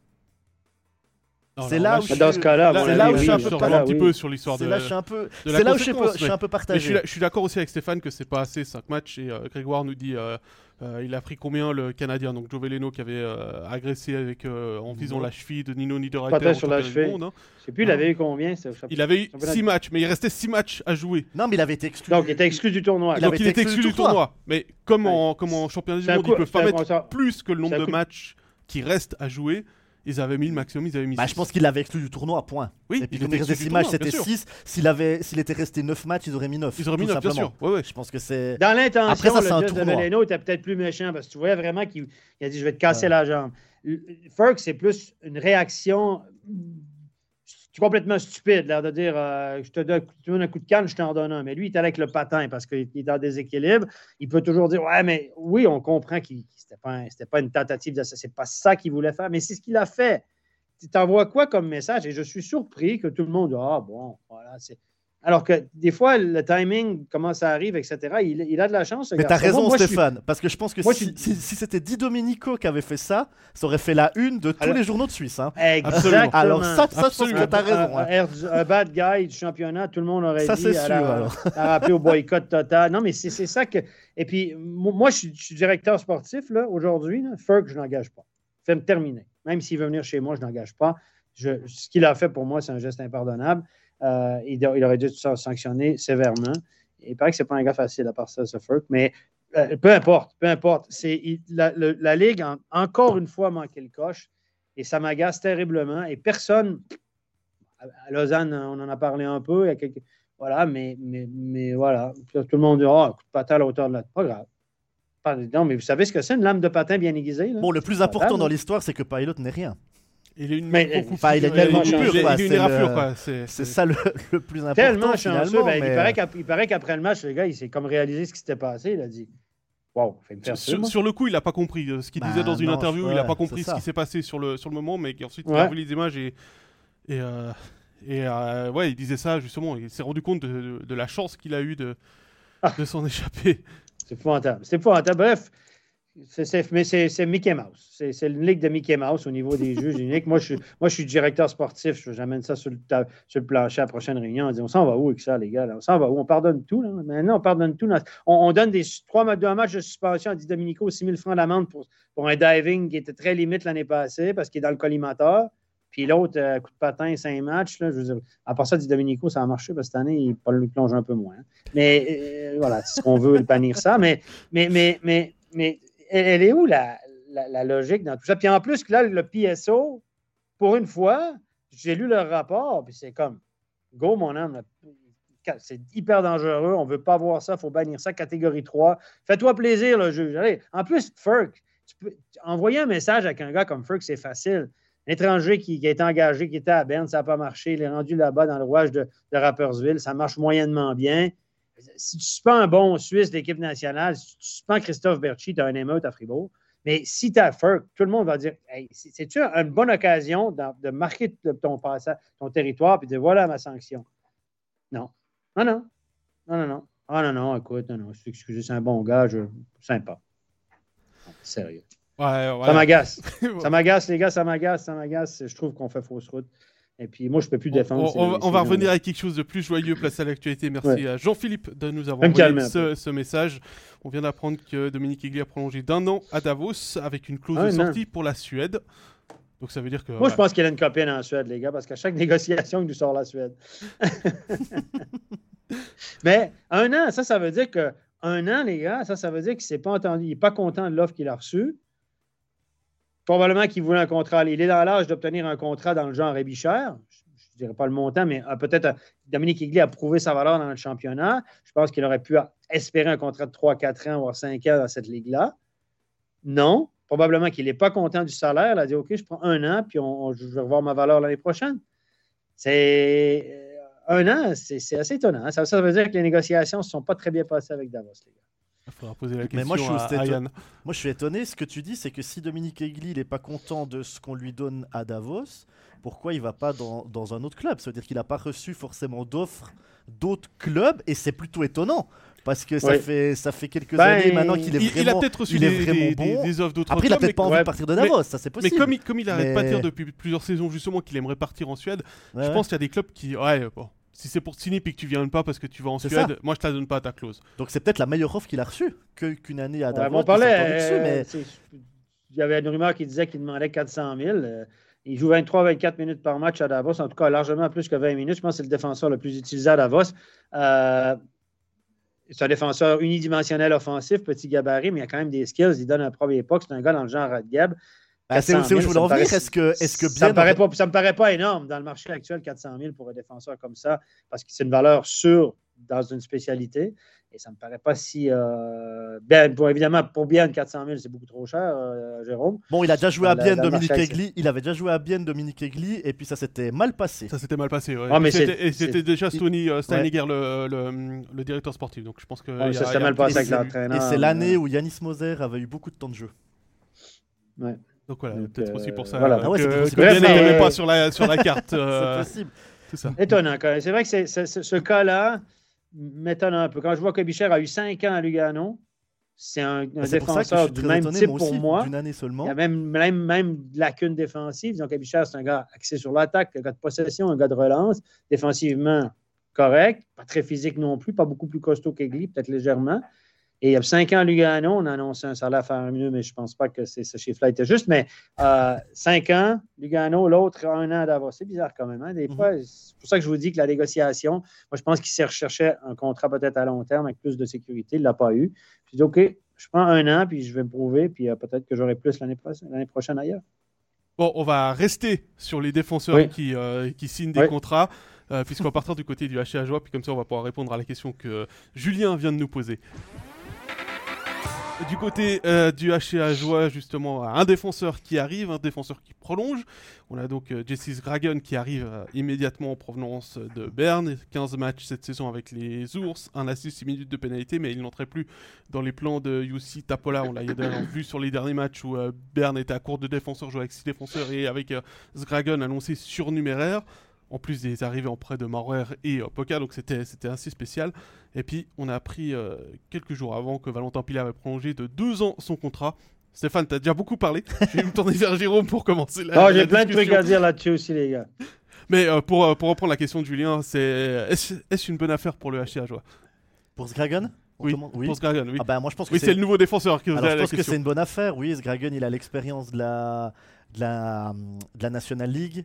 Non, c'est là, là où je, dans ce cas-là, là, c'est là où oui, je suis un oui, peu, oui. un petit peu sur l'histoire c'est de. Là, je suis un peu. De c'est là où je suis, peu, je suis un peu partagé. Je suis, je suis d'accord aussi avec Stéphane que c'est pas assez cinq matchs et euh, Grégoire nous dit euh, euh, il a pris combien le Canadien, donc Joe Veleno qui avait euh, agressé avec euh, en visant mmh. la cheville de Nino Niederreiter sur la cheville. Monde, hein. Je sais plus, il avait eu combien ça, il avait eu six matchs, mais il restait six matchs à jouer. Non, mais il avait été exclu. Donc il était exclu du tournoi. Il donc il était exclu du tournoi. Mais comme en comme en championnat du monde, ils peuvent pas mettre plus que le nombre de matchs qui restent à jouer. Ils avaient mis le maximum, ils avaient mis bah, six. Je pense qu'il l'avait exclu du tournoi, point. Oui, et puis il était resté six matchs, c'était six. S'il, avait, s'il était resté neuf matchs, ils auraient mis neuf. Ils auraient mis neuf, bien sûr. Ouais, ouais. Je pense que c'est... Dans l'intention, après, ça, le c'est un geste de Veleno était peut-être plus méchant parce que tu voyais vraiment qu'il il a dit « je vais te casser ouais. la jambe ». Ferk, c'est plus une réaction complètement stupide, l'air de dire euh, « je te donne, tu donnes un coup de canne, je t'en donne un ». Mais lui, il est avec le patin parce qu'il est en déséquilibre. Il peut toujours dire « ouais, mais oui, on comprend que c'était pas, un, c'était pas une tentative de ça, c'est pas ça qu'il voulait faire, mais c'est ce qu'il a fait ». Tu t'envoies quoi comme message? Et je suis surpris que tout le monde dit « ah bon, voilà, c'est… » Alors que des fois, le timing, comment ça arrive, et cetera, il, il a de la chance. Mais tu as raison, moi, Stéphane, suis... parce que je pense que moi, si, suis... si, si c'était Di Domenico qui avait fait ça, ça aurait fait la une de tous Alors... les journaux de Suisse. Hein. Exactement. Alors ça, ça je pense que tu as raison. Un, hein. un, un bad guy du championnat, tout le monde aurait ça, dit c'est à, sûr, la, à rappeler au boycott total. Non, mais c'est, c'est ça que… Et puis, moi, je suis, je suis directeur sportif là, aujourd'hui. Là. Ferk, je n'engage pas. Fait me terminer. Même s'il veut venir chez moi, je n'engage pas. Je, ce qu'il a fait pour moi, c'est un geste impardonnable. Euh, il, il aurait dû être sanctionné sévèrement. Il paraît que ce n'est pas un gars facile à part ça, ce Ferk, mais euh, peu importe, peu importe. C'est, il, la, le, la Ligue, a encore une fois, manqué le coche et ça m'agace terriblement. Et personne, à Lausanne, on en a parlé un peu, il y a quelques, voilà, mais, mais, mais voilà. Tout le monde dit « ah, oh, coup de patin à la hauteur de la… » Pas grave. Non, mais vous savez ce que c'est, une lame de patin bien aiguisée? Là? Bon, le plus important dans l'histoire, c'est que Pilot n'est rien. Il est une mais, enfin, il est tellement coupure, pur, quoi. Il est une éraflure, quoi. C'est, c'est ça le, le plus important. Tellement chanceux. Ben, mais... il, paraît il paraît qu'après le match, le gars, il s'est comme réalisé ce qui s'était passé. Il a dit wow, fait me faire sur, ça, sur le coup, il n'a pas compris ce qu'il bah, disait dans une non, interview. Ouais, il n'a pas compris ce qui s'est passé sur le, sur le moment, mais ensuite, ouais. il a vu les images et. Et, euh, et euh, ouais, il disait ça justement. Il s'est rendu compte de, de, de la chance qu'il a eu de, ah. de s'en échapper. C'est épouvantable. C'est épouvantable. Bref. C'est, c'est, mais c'est, c'est Mickey Mouse. C'est, c'est une ligue de Mickey Mouse au niveau des juges uniques. Moi, je suis, moi, je suis directeur sportif. J'amène ça sur le, ta- sur le plancher à la prochaine réunion. On dit, on s'en va où avec ça, les gars? Là? On s'en va où? On pardonne tout. Là? Maintenant, on pardonne tout. On, on donne des trois deux matchs de suspension à Di Domenico, six mille francs d'amende pour, pour un diving qui était très limite l'année passée parce qu'il est dans le collimateur. Puis l'autre, euh, coup de patin, cinq matchs. Là, je veux dire, à part ça, Di Domenico, ça a marché parce que cette année, il plonge un peu moins. Mais euh, voilà, c'est ce qu'on veut, le bannir ça. Mais, mais, mais, mais, mais elle est où la, la, la logique dans tout ça? Puis en plus, là, le P S O, pour une fois, j'ai lu leur rapport, puis c'est comme, go mon homme, c'est hyper dangereux, on ne veut pas voir ça, il faut bannir ça, catégorie trois. Fais-toi plaisir, le juge. Allez, en plus, Ferk, tu peux envoyer un message avec un gars comme Ferk, c'est facile. Un étranger qui, qui a été engagé, qui était à Berne, ça n'a pas marché, il est rendu là-bas dans le rouage de, de Rapperswil, ça marche moyennement bien. Si tu suspends un bon Suisse d'équipe nationale, si tu suspends Christophe Berchi, tu as un émeute à Fribourg. Mais si tu as Ferk, tout le monde va dire hey, c'est-tu une bonne occasion de, de marquer ton, passage, ton territoire et de dire voilà ma sanction? Non. Non, non. Non, non, non. Ah non, non, écoute, non, non. Excusez, c'est un bon gars, je... sympa. Sérieux. Ouais, ouais. Ça m'agace. Ça m'agace, les gars, ça m'agace, ça m'agace. Je trouve qu'on fait fausse route. Et puis, moi, je ne peux plus défendre. On, on, ces, on ces va revenir avec quelque chose de plus joyeux, placé à l'actualité. Merci ouais. à Jean-Philippe de nous avoir Même envoyé ce, ce message. On vient d'apprendre que Dominique Egli a prolongé d'un an à Davos avec une clause ah, de sortie non. pour la Suède. Donc, ça veut dire que... Moi, ouais. je pense qu'il a une copine en Suède, les gars, parce qu'à chaque négociation, il nous sort la Suède. Mais un an, ça, ça veut dire que un an, les gars, ça, ça veut dire qu'il s'est pas entendu. Il n'est pas content de l'offre qu'il a reçue. Probablement qu'il voulait un contrat. Il est dans l'âge d'obtenir un contrat dans le genre Rébichère. Je ne dirais pas le montant, mais euh, peut-être euh, Dominique Egli a prouvé sa valeur dans le championnat. Je pense qu'il aurait pu espérer un contrat de trois quatre ans, voire cinq ans dans cette ligue-là. Non. Probablement qu'il n'est pas content du salaire. Il a dit OK, je prends un an, puis on, on, je vais revoir ma valeur l'année prochaine. C'est euh, un an, c'est, c'est assez étonnant. Ça, ça veut dire que les négociations ne se sont pas très bien passées avec Davos, les gars. Il faudra poser la question Mais moi, je suis à, à Yann. Moi, je suis étonné. Ce que tu dis, c'est que si Dominique Egli n'est pas content de ce qu'on lui donne à Davos, pourquoi il ne va pas dans, dans un autre club? Ça veut dire qu'il n'a pas reçu forcément d'offres d'autres clubs, et c'est plutôt étonnant. Parce que ça, oui. fait, ça fait quelques ben, années maintenant qu'il est il, vraiment, il a peut-être reçu il est des, vraiment des, bon. Des, des offres d'autres Après, il n'a peut-être mais, pas envie ouais. de partir de Davos, mais, ça c'est possible. Mais comme il, comme il arrête mais... pas de dire depuis plusieurs saisons justement qu'il aimerait partir en Suède, ouais, je ouais. pense qu'il y a des clubs qui... Ouais, bon. Si c'est pour te signer et que tu ne viennes pas parce que tu vas en c'est Suède, ça. Moi je ne te la donne pas à ta clause. Donc c'est peut-être la meilleure offre qu'il a reçue que, qu'une année à Davos. Ouais, on parlait, dessus, mais... il y avait une rumeur qui disait qu'il demandait quatre cent mille. Il joue vingt-trois à vingt-quatre minutes par match à Davos, en tout cas largement plus que vingt minutes. Je pense que c'est le défenseur le plus utilisé à Davos. Euh, c'est un défenseur unidimensionnel offensif, petit gabarit, mais il a quand même des skills. Il donne un premier pas. C'est un gars dans le genre Radgeb. Ben, c'est, c'est où je voulais en venir. Est-ce que, est-ce que bien ça ne me paraît pas, ça me paraît pas énorme dans le marché actuel, quatre cent mille pour un défenseur comme ça, parce que c'est une valeur sûre dans une spécialité. Et ça ne me paraît pas si... Euh, ben, pour, évidemment, pour Bienne, quatre cent mille, c'est beaucoup trop cher, euh, Jérôme. Bon, il a déjà joué à Bienne, Dominique Egli. Il avait déjà joué à Bienne, Dominique Egli, et puis ça s'était mal passé. Ça s'était mal passé, ouais. Ah, mais c'était, c'est, et c'était c'est, déjà Stony euh, Steinegger, ouais. le, le, le directeur sportif. Donc je pense que... Ouais, y ça a, s'était y a mal passé avec l'entraîneur. Et c'est l'année où Yanis Moser avait eu beaucoup de temps de jeu. Ouais. Donc voilà, Donc, euh, peut-être aussi pour ça voilà. euh, ah ouais, que, c'est que Bienne n'était même pas sur la, sur la carte. Euh, c'est possible. C'est ça. Étonnant. Quand même. C'est vrai que c'est, c'est, c'est, ce cas-là m'étonne un peu. Quand je vois que Bichère a eu cinq ans à Lugano, c'est un, un c'est défenseur du même étonné, type moi pour aussi, moi. D'une année seulement. Il y a même, même, même de lacunes défensives. Donc, Bichère, c'est un gars axé sur l'attaque, un gars de possession, un gars de relance. Défensivement, correct. Pas très physique non plus. Pas beaucoup plus costaud qu'Egli, peut-être légèrement. Et il y a cinq ans à Lugano, on a annoncé un salaire faramineux, mais je ne pense pas que c'est, ce chiffre-là était juste. Mais euh, cinq ans, Lugano, l'autre un an d'avoir. C'est bizarre quand même. Hein? Des mm-hmm. fois, c'est pour ça que je vous dis que la négociation, moi, je pense qu'il s'est recherché un contrat peut-être à long terme avec plus de sécurité. Il ne l'a pas eu. Je dis, OK, je prends un an, puis je vais me prouver, puis euh, peut-être que j'aurai plus l'année, pro- l'année prochaine ailleurs. Bon, on va rester sur les défenseurs oui. qui, euh, qui signent des oui. contrats, euh, puisqu'on va partir du côté du H C Ajoie, puis comme ça, on va pouvoir répondre à la question que Julien vient de nous poser. du côté euh, du H C Ajoie, justement, un défenseur qui arrive, un défenseur qui prolonge. On a donc euh, Jesse Sgragon qui arrive euh, immédiatement en provenance de Berne. quinze matchs cette saison avec les Ours, un assist, six minutes de pénalité, mais il n'entrait plus dans les plans de Jussi Tapola. On l'a vu sur les derniers matchs où euh, Berne était à court de défenseurs, jouait avec six défenseurs et avec euh, Sgragon annoncé surnuméraire. En plus des arrivées en prêt de Maurer et euh, Poca, donc c'était, c'était assez spécial. Et puis, on a appris euh, quelques jours avant que Valentin Pilet avait prolongé de deux ans son contrat. Stéphane, t'as déjà beaucoup parlé. Je vais me tourner vers Jérôme pour commencer la, oh, la j'ai plein discussion. de trucs à dire là-dessus aussi, les gars. Mais euh, pour, euh, pour reprendre la question de Julien, c'est est-ce, est-ce une bonne affaire pour le H C Ajoie? Pour Sgragon? Oui, oui, pour Sgragon, oui. Ah bah, moi, je pense que oui, c'est... c'est le nouveau défenseur. Alors, je pense que c'est une bonne affaire. Oui, Sgragon, il a l'expérience de la, de la, de la National League.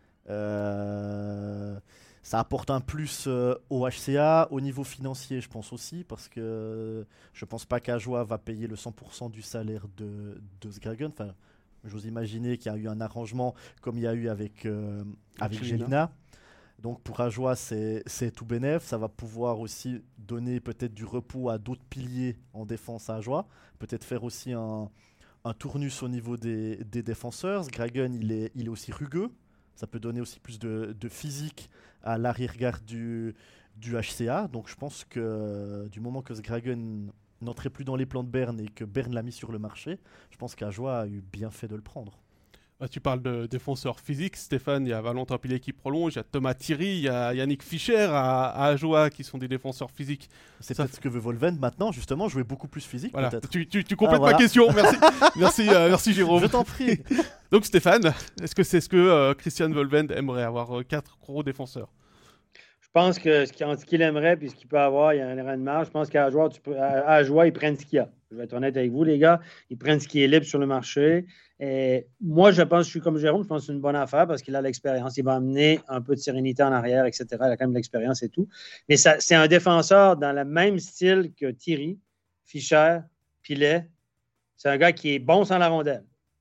Euh, ça apporte un plus euh, au H C A, au niveau financier, je pense aussi, parce que je pense pas qu'Ajoie va payer le cent pour cent du salaire de, de Sgragon. Enfin, j'ose imaginer qu'il y a eu un arrangement comme il y a eu avec, euh, avec Jelina. Donc pour Ajoie, c'est, c'est tout bénef. Ça va pouvoir aussi donner peut-être du repos à d'autres piliers en défense à Ajoie. Peut-être faire aussi un, un tournus au niveau des, des défenseurs. Sgragon, il est, il est aussi rugueux. Ça peut donner aussi plus de, de physique à l'arrière-garde du, du H C A. Donc je pense que euh, du moment que Sgragon n'entrait plus dans les plans de Berne et que Berne l'a mis sur le marché, je pense qu'Ajoie a eu bien fait de le prendre. Bah, tu parles de défenseurs physiques, Stéphane, il y a Valentin Pilet qui prolonge, il y a Thomas Thierry, il y a Yannick Fischer à, à Ajoie qui sont des défenseurs physiques. C'est ça peut-être ce que veut Volven maintenant, justement, jouer beaucoup plus physique voilà. peut-être. Tu, tu, tu complètes ah, voilà. ma question, merci, merci, euh, merci Jérôme. Je t'en prie. Donc Stéphane, est-ce que c'est ce que euh, Christian Volven aimerait avoir euh, quatre gros défenseurs? Je pense que ce qu'il aimerait puis ce qu'il peut avoir, il y a un erreur de marge. Je pense qu'à Ajoie, tu peux, à Ajoie, ils prennent ce qu'il y a. Je vais être honnête avec vous, les gars. Ils prennent ce qui est libre sur le marché. Et moi, je pense, je suis comme Jérôme, je pense que c'est une bonne affaire parce qu'il a l'expérience. Il va amener un peu de sérénité en arrière, et cetera. Il a quand même de l'expérience et tout. Mais ça, c'est un défenseur dans le même style que Thierry, Fischer, Pilet. C'est un gars qui est bon sans la rondelle.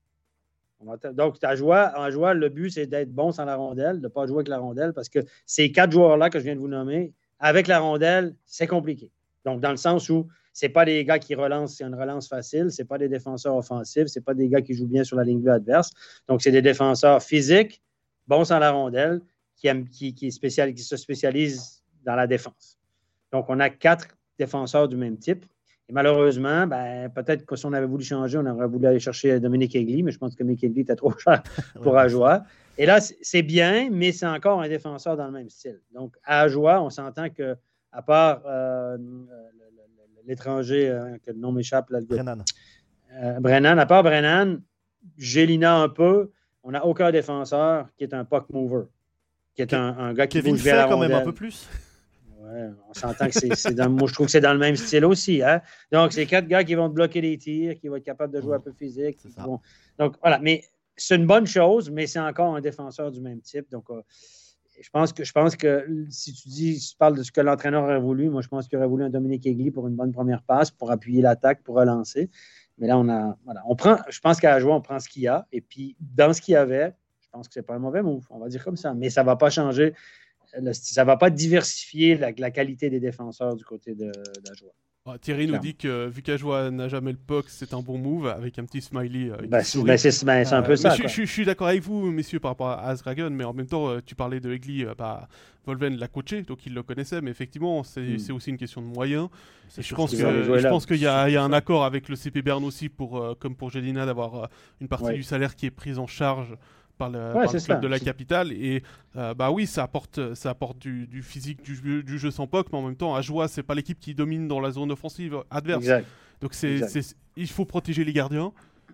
Donc, à Ajoie, en Ajoie, le but, c'est d'être bon sans la rondelle, de ne pas jouer avec la rondelle parce que ces quatre joueurs-là que je viens de vous nommer, avec la rondelle, c'est compliqué. Donc, dans le sens où ce n'est pas des gars qui relancent, c'est une relance facile, ce n'est pas des défenseurs offensifs, ce n'est pas des gars qui jouent bien sur la ligne bleue adverse. Donc, c'est des défenseurs physiques, bons sans la rondelle, qui, aiment, qui, qui, spécial, qui se spécialisent dans la défense. Donc, on a quatre défenseurs du même type. Et malheureusement, ben, peut-être que si on avait voulu changer, on aurait voulu aller chercher Dominique Egli, mais je pense que Dominique Egli était trop cher pour Ajoie. Et là, c'est bien, mais c'est encore un défenseur dans le même style. Donc, à Ajoie, on s'entend que, à part euh, l'étranger, euh, que le nom m'échappe, là, le Brennan. Euh, Brennan, à part Brennan, Jelina un peu, on n'a aucun défenseur qui est un puck mover, qui est un, un gars qui Kevin bouge vers la fait quand rondelle. même un peu plus. Ouais, on s'entend que c'est, c'est dans, moi, je trouve que c'est dans le même style aussi. Hein? Donc, c'est quatre gars qui vont te bloquer les tirs, qui vont être capables de jouer un peu physique. Vont... Donc, voilà. Mais c'est une bonne chose, mais c'est encore un défenseur du même type. Donc, euh, je, pense que, je pense que si tu dis, si tu parles de ce que l'entraîneur aurait voulu, moi, je pense qu'il aurait voulu un Dominique Egli pour une bonne première passe, pour appuyer l'attaque, pour relancer. Mais là, on a. Voilà, on prend, je pense qu'à la joie, on prend ce qu'il y a. Et puis, dans ce qu'il y avait, je pense que c'est pas un mauvais move, on va dire comme ça. Mais ça ne va pas changer. Le, ça ne va pas diversifier la, la qualité des défenseurs du côté de, de Ajoie. Ah, Thierry nous dit que vu qu'Ajoie n'a jamais le puck, c'est un bon move avec un petit smiley. Euh, ben, c'est, ben, c'est, ben, c'est un peu euh, ça. Je, je, je suis d'accord avec vous, messieurs, par rapport à Sgragon, mais en même temps, euh, tu parlais de Egli, euh, bah, Volven l'a coaché, donc il le connaissait, mais effectivement, c'est, mm. c'est aussi une question de moyens. Et je pense, que, que, je pense qu'il y a, il y a un accord avec le C P Berne aussi, pour, euh, comme pour Jelina, d'avoir euh, une partie ouais. du salaire qui est prise en charge par le, ouais, par le club ça. de la capitale. Et euh, bah oui, ça apporte, ça apporte du, du physique, du, du jeu sans puck, mais en même temps, Ajoie, c'est pas l'équipe qui domine dans la zone offensive adverse. Exact. Donc c'est, c'est, il faut protéger les gardiens.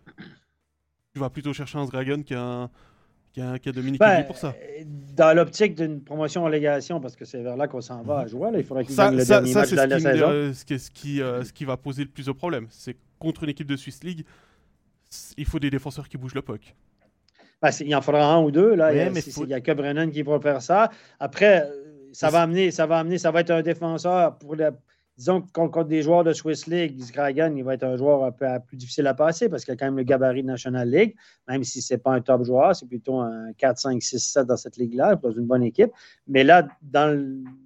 Tu vas plutôt chercher un Sgragon qu'un, qu'un, qu'un Dominique ben, Egli pour ça. Dans l'optique d'une promotion en légation, parce que c'est vers là qu'on s'en va à Ajoie, là, il faudrait qu'il ça, gagne le ça, dernier ça, match c'est de la ce qui, saison. euh, ce qui, ce, qui, euh, ce qui va poser le plus de problèmes. C'est contre une équipe de Swiss League, il faut des défenseurs qui bougent le puck. Ben, il en faudra un ou deux. Là. Oui, il n'y faut... a, a que Brennan qui pourra faire ça. Après, ça va, amener, ça va amener, ça va être un défenseur pour le. Disons que contre des joueurs de Swiss League, Sgragon, il va être un joueur un peu plus difficile à passer parce qu'il a quand même le gabarit de National League, même si ce n'est pas un top joueur, c'est plutôt un quatre, cinq, six, sept dans cette ligue-là, dans une bonne équipe. Mais là, dans le,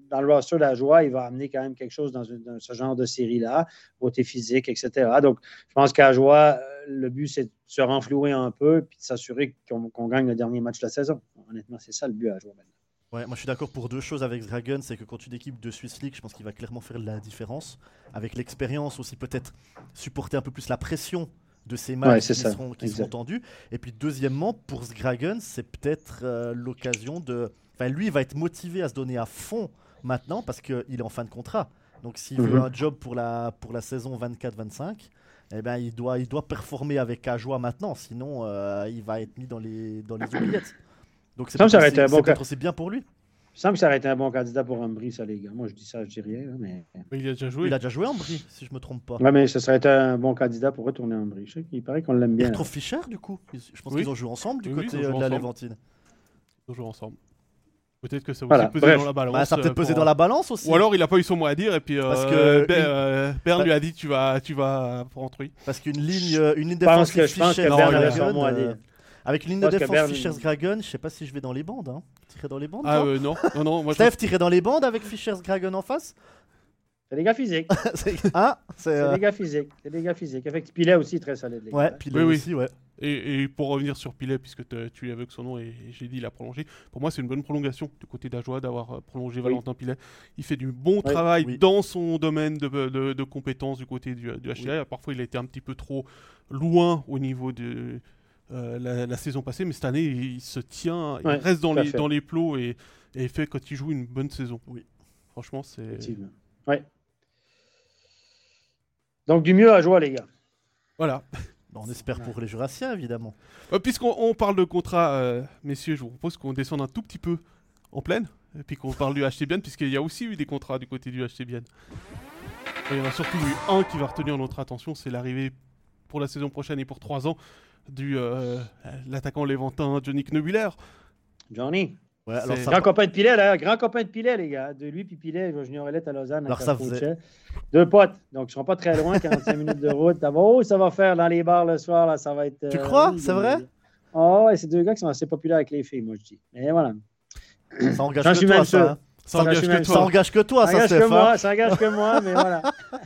dans le roster de la joie, il va amener quand même quelque chose dans, une, dans ce genre de série-là, beauté physique, et cetera. Donc, je pense qu'à joie, le but, c'est de se renflouer un peu puis de s'assurer qu'on, qu'on gagne le dernier match de la saison. Honnêtement, c'est ça le but à joie maintenant. Ouais, moi je suis d'accord pour deux choses avec Dragon, c'est que contre une équipe de Swiss League, je pense qu'il va clairement faire de la différence. Avec l'expérience aussi, peut-être supporter un peu plus la pression de ces matchs ouais, qui, seront, qui seront tendus. Et puis deuxièmement, pour Dragon, c'est peut-être euh, l'occasion de... Enfin, lui, il va être motivé à se donner à fond maintenant parce qu'il est en fin de contrat. Donc s'il mm-hmm. veut un job pour la, pour la saison vingt-quatre vingt-cinq, eh ben, il, doit, il doit performer avec Ajoie maintenant, sinon euh, il va être mis dans les, dans les oubliettes. Donc c'est, peut-être, aussi, bon c'est peut-être aussi bien pour lui. Il semble que ça aurait été un bon candidat pour Ambry, ça, les gars. Moi, je dis ça, je dis rien. Mais... mais il a déjà joué. Il a déjà joué Ambry, si je me trompe pas. Ouais, mais ce serait un bon candidat pour retourner Ambry. Je sais qu'il paraît qu'on l'aime bien. Il retrouve Fischer, du coup. Je pense oui. qu'ils ont joué ensemble du oui, côté de la Levantine. Ils ont joué ensemble. Peut-être que ça a voilà. aussi pesé Bref. dans la balance. Bah, ça a peut-être pesé pour... dans la balance aussi. Ou alors il n'a pas eu son mot à dire et puis euh, Parce que Ber- une... euh, Bern lui a dit tu vas, tu vas pour Antruy. Parce qu'une ligne, euh, une ligne défensive Fischer, euh, avec une ligne de défense Bern... Fischer-Gragon, je sais pas si je vais dans les bandes. Hein. Tirer dans les bandes. Ah euh, non, non, non. Moi, Steph, je... tirer dans les bandes avec Fischer-Gragon en face. C'est des gars physiques. c'est... Ah, c'est, c'est euh... des gars physiques. C'est des gars physiques. Effectivement, Pilet aussi très solide. Les ouais, gars. Pilet oui, aussi, ouais. Et, et pour revenir sur Pilet, puisque tu es avec son nom et, et j'ai dit il a prolongé, pour moi c'est une bonne prolongation du côté d'Ajoie d'avoir prolongé oui. Valentin Pilet. Il fait du bon oui. travail oui. dans son domaine de, de, de compétences du côté du, du H C A. Oui. Parfois il a été un petit peu trop loin au niveau de euh, la, la saison passée, mais cette année il se tient, il ouais, reste dans les, dans les plots et, et il fait quand il joue une bonne saison. Oui. Franchement c'est... Effectivement. Ouais. Donc du mieux à Ajoie les gars. Voilà. On espère pour les Jurassiens, évidemment. Euh, puisqu'on on parle de contrat, euh, messieurs, je vous propose qu'on descende un tout petit peu en plaine, et puis qu'on parle du H C Bienne, puisqu'il y a aussi eu des contrats du côté du H C Bienne. Il y en a surtout eu un qui va retenir notre attention, c'est l'arrivée pour la saison prochaine et pour trois ans du euh, l'attaquant léventin Johnny Knebuller. Johnny ouais, alors grand copain de Pilet, là, grand copain de Pilet, les gars. De lui puis Pilet, Junior Elette à Lausanne. Alors ça faisait... Deux potes, donc ils ne seront pas très loin, quarante-cinq minutes de route. Oh, ça va faire dans les bars le soir, là, ça va être... Tu euh, crois, oui, c'est vrai? Oh, ouais, c'est deux gars qui sont assez populaires avec les filles, moi je dis. Mais voilà. Ça engage que toi, ça. Hein. Ça, engage que, ça engage que toi, ça, ça, moi, ça engage que moi, mais voilà.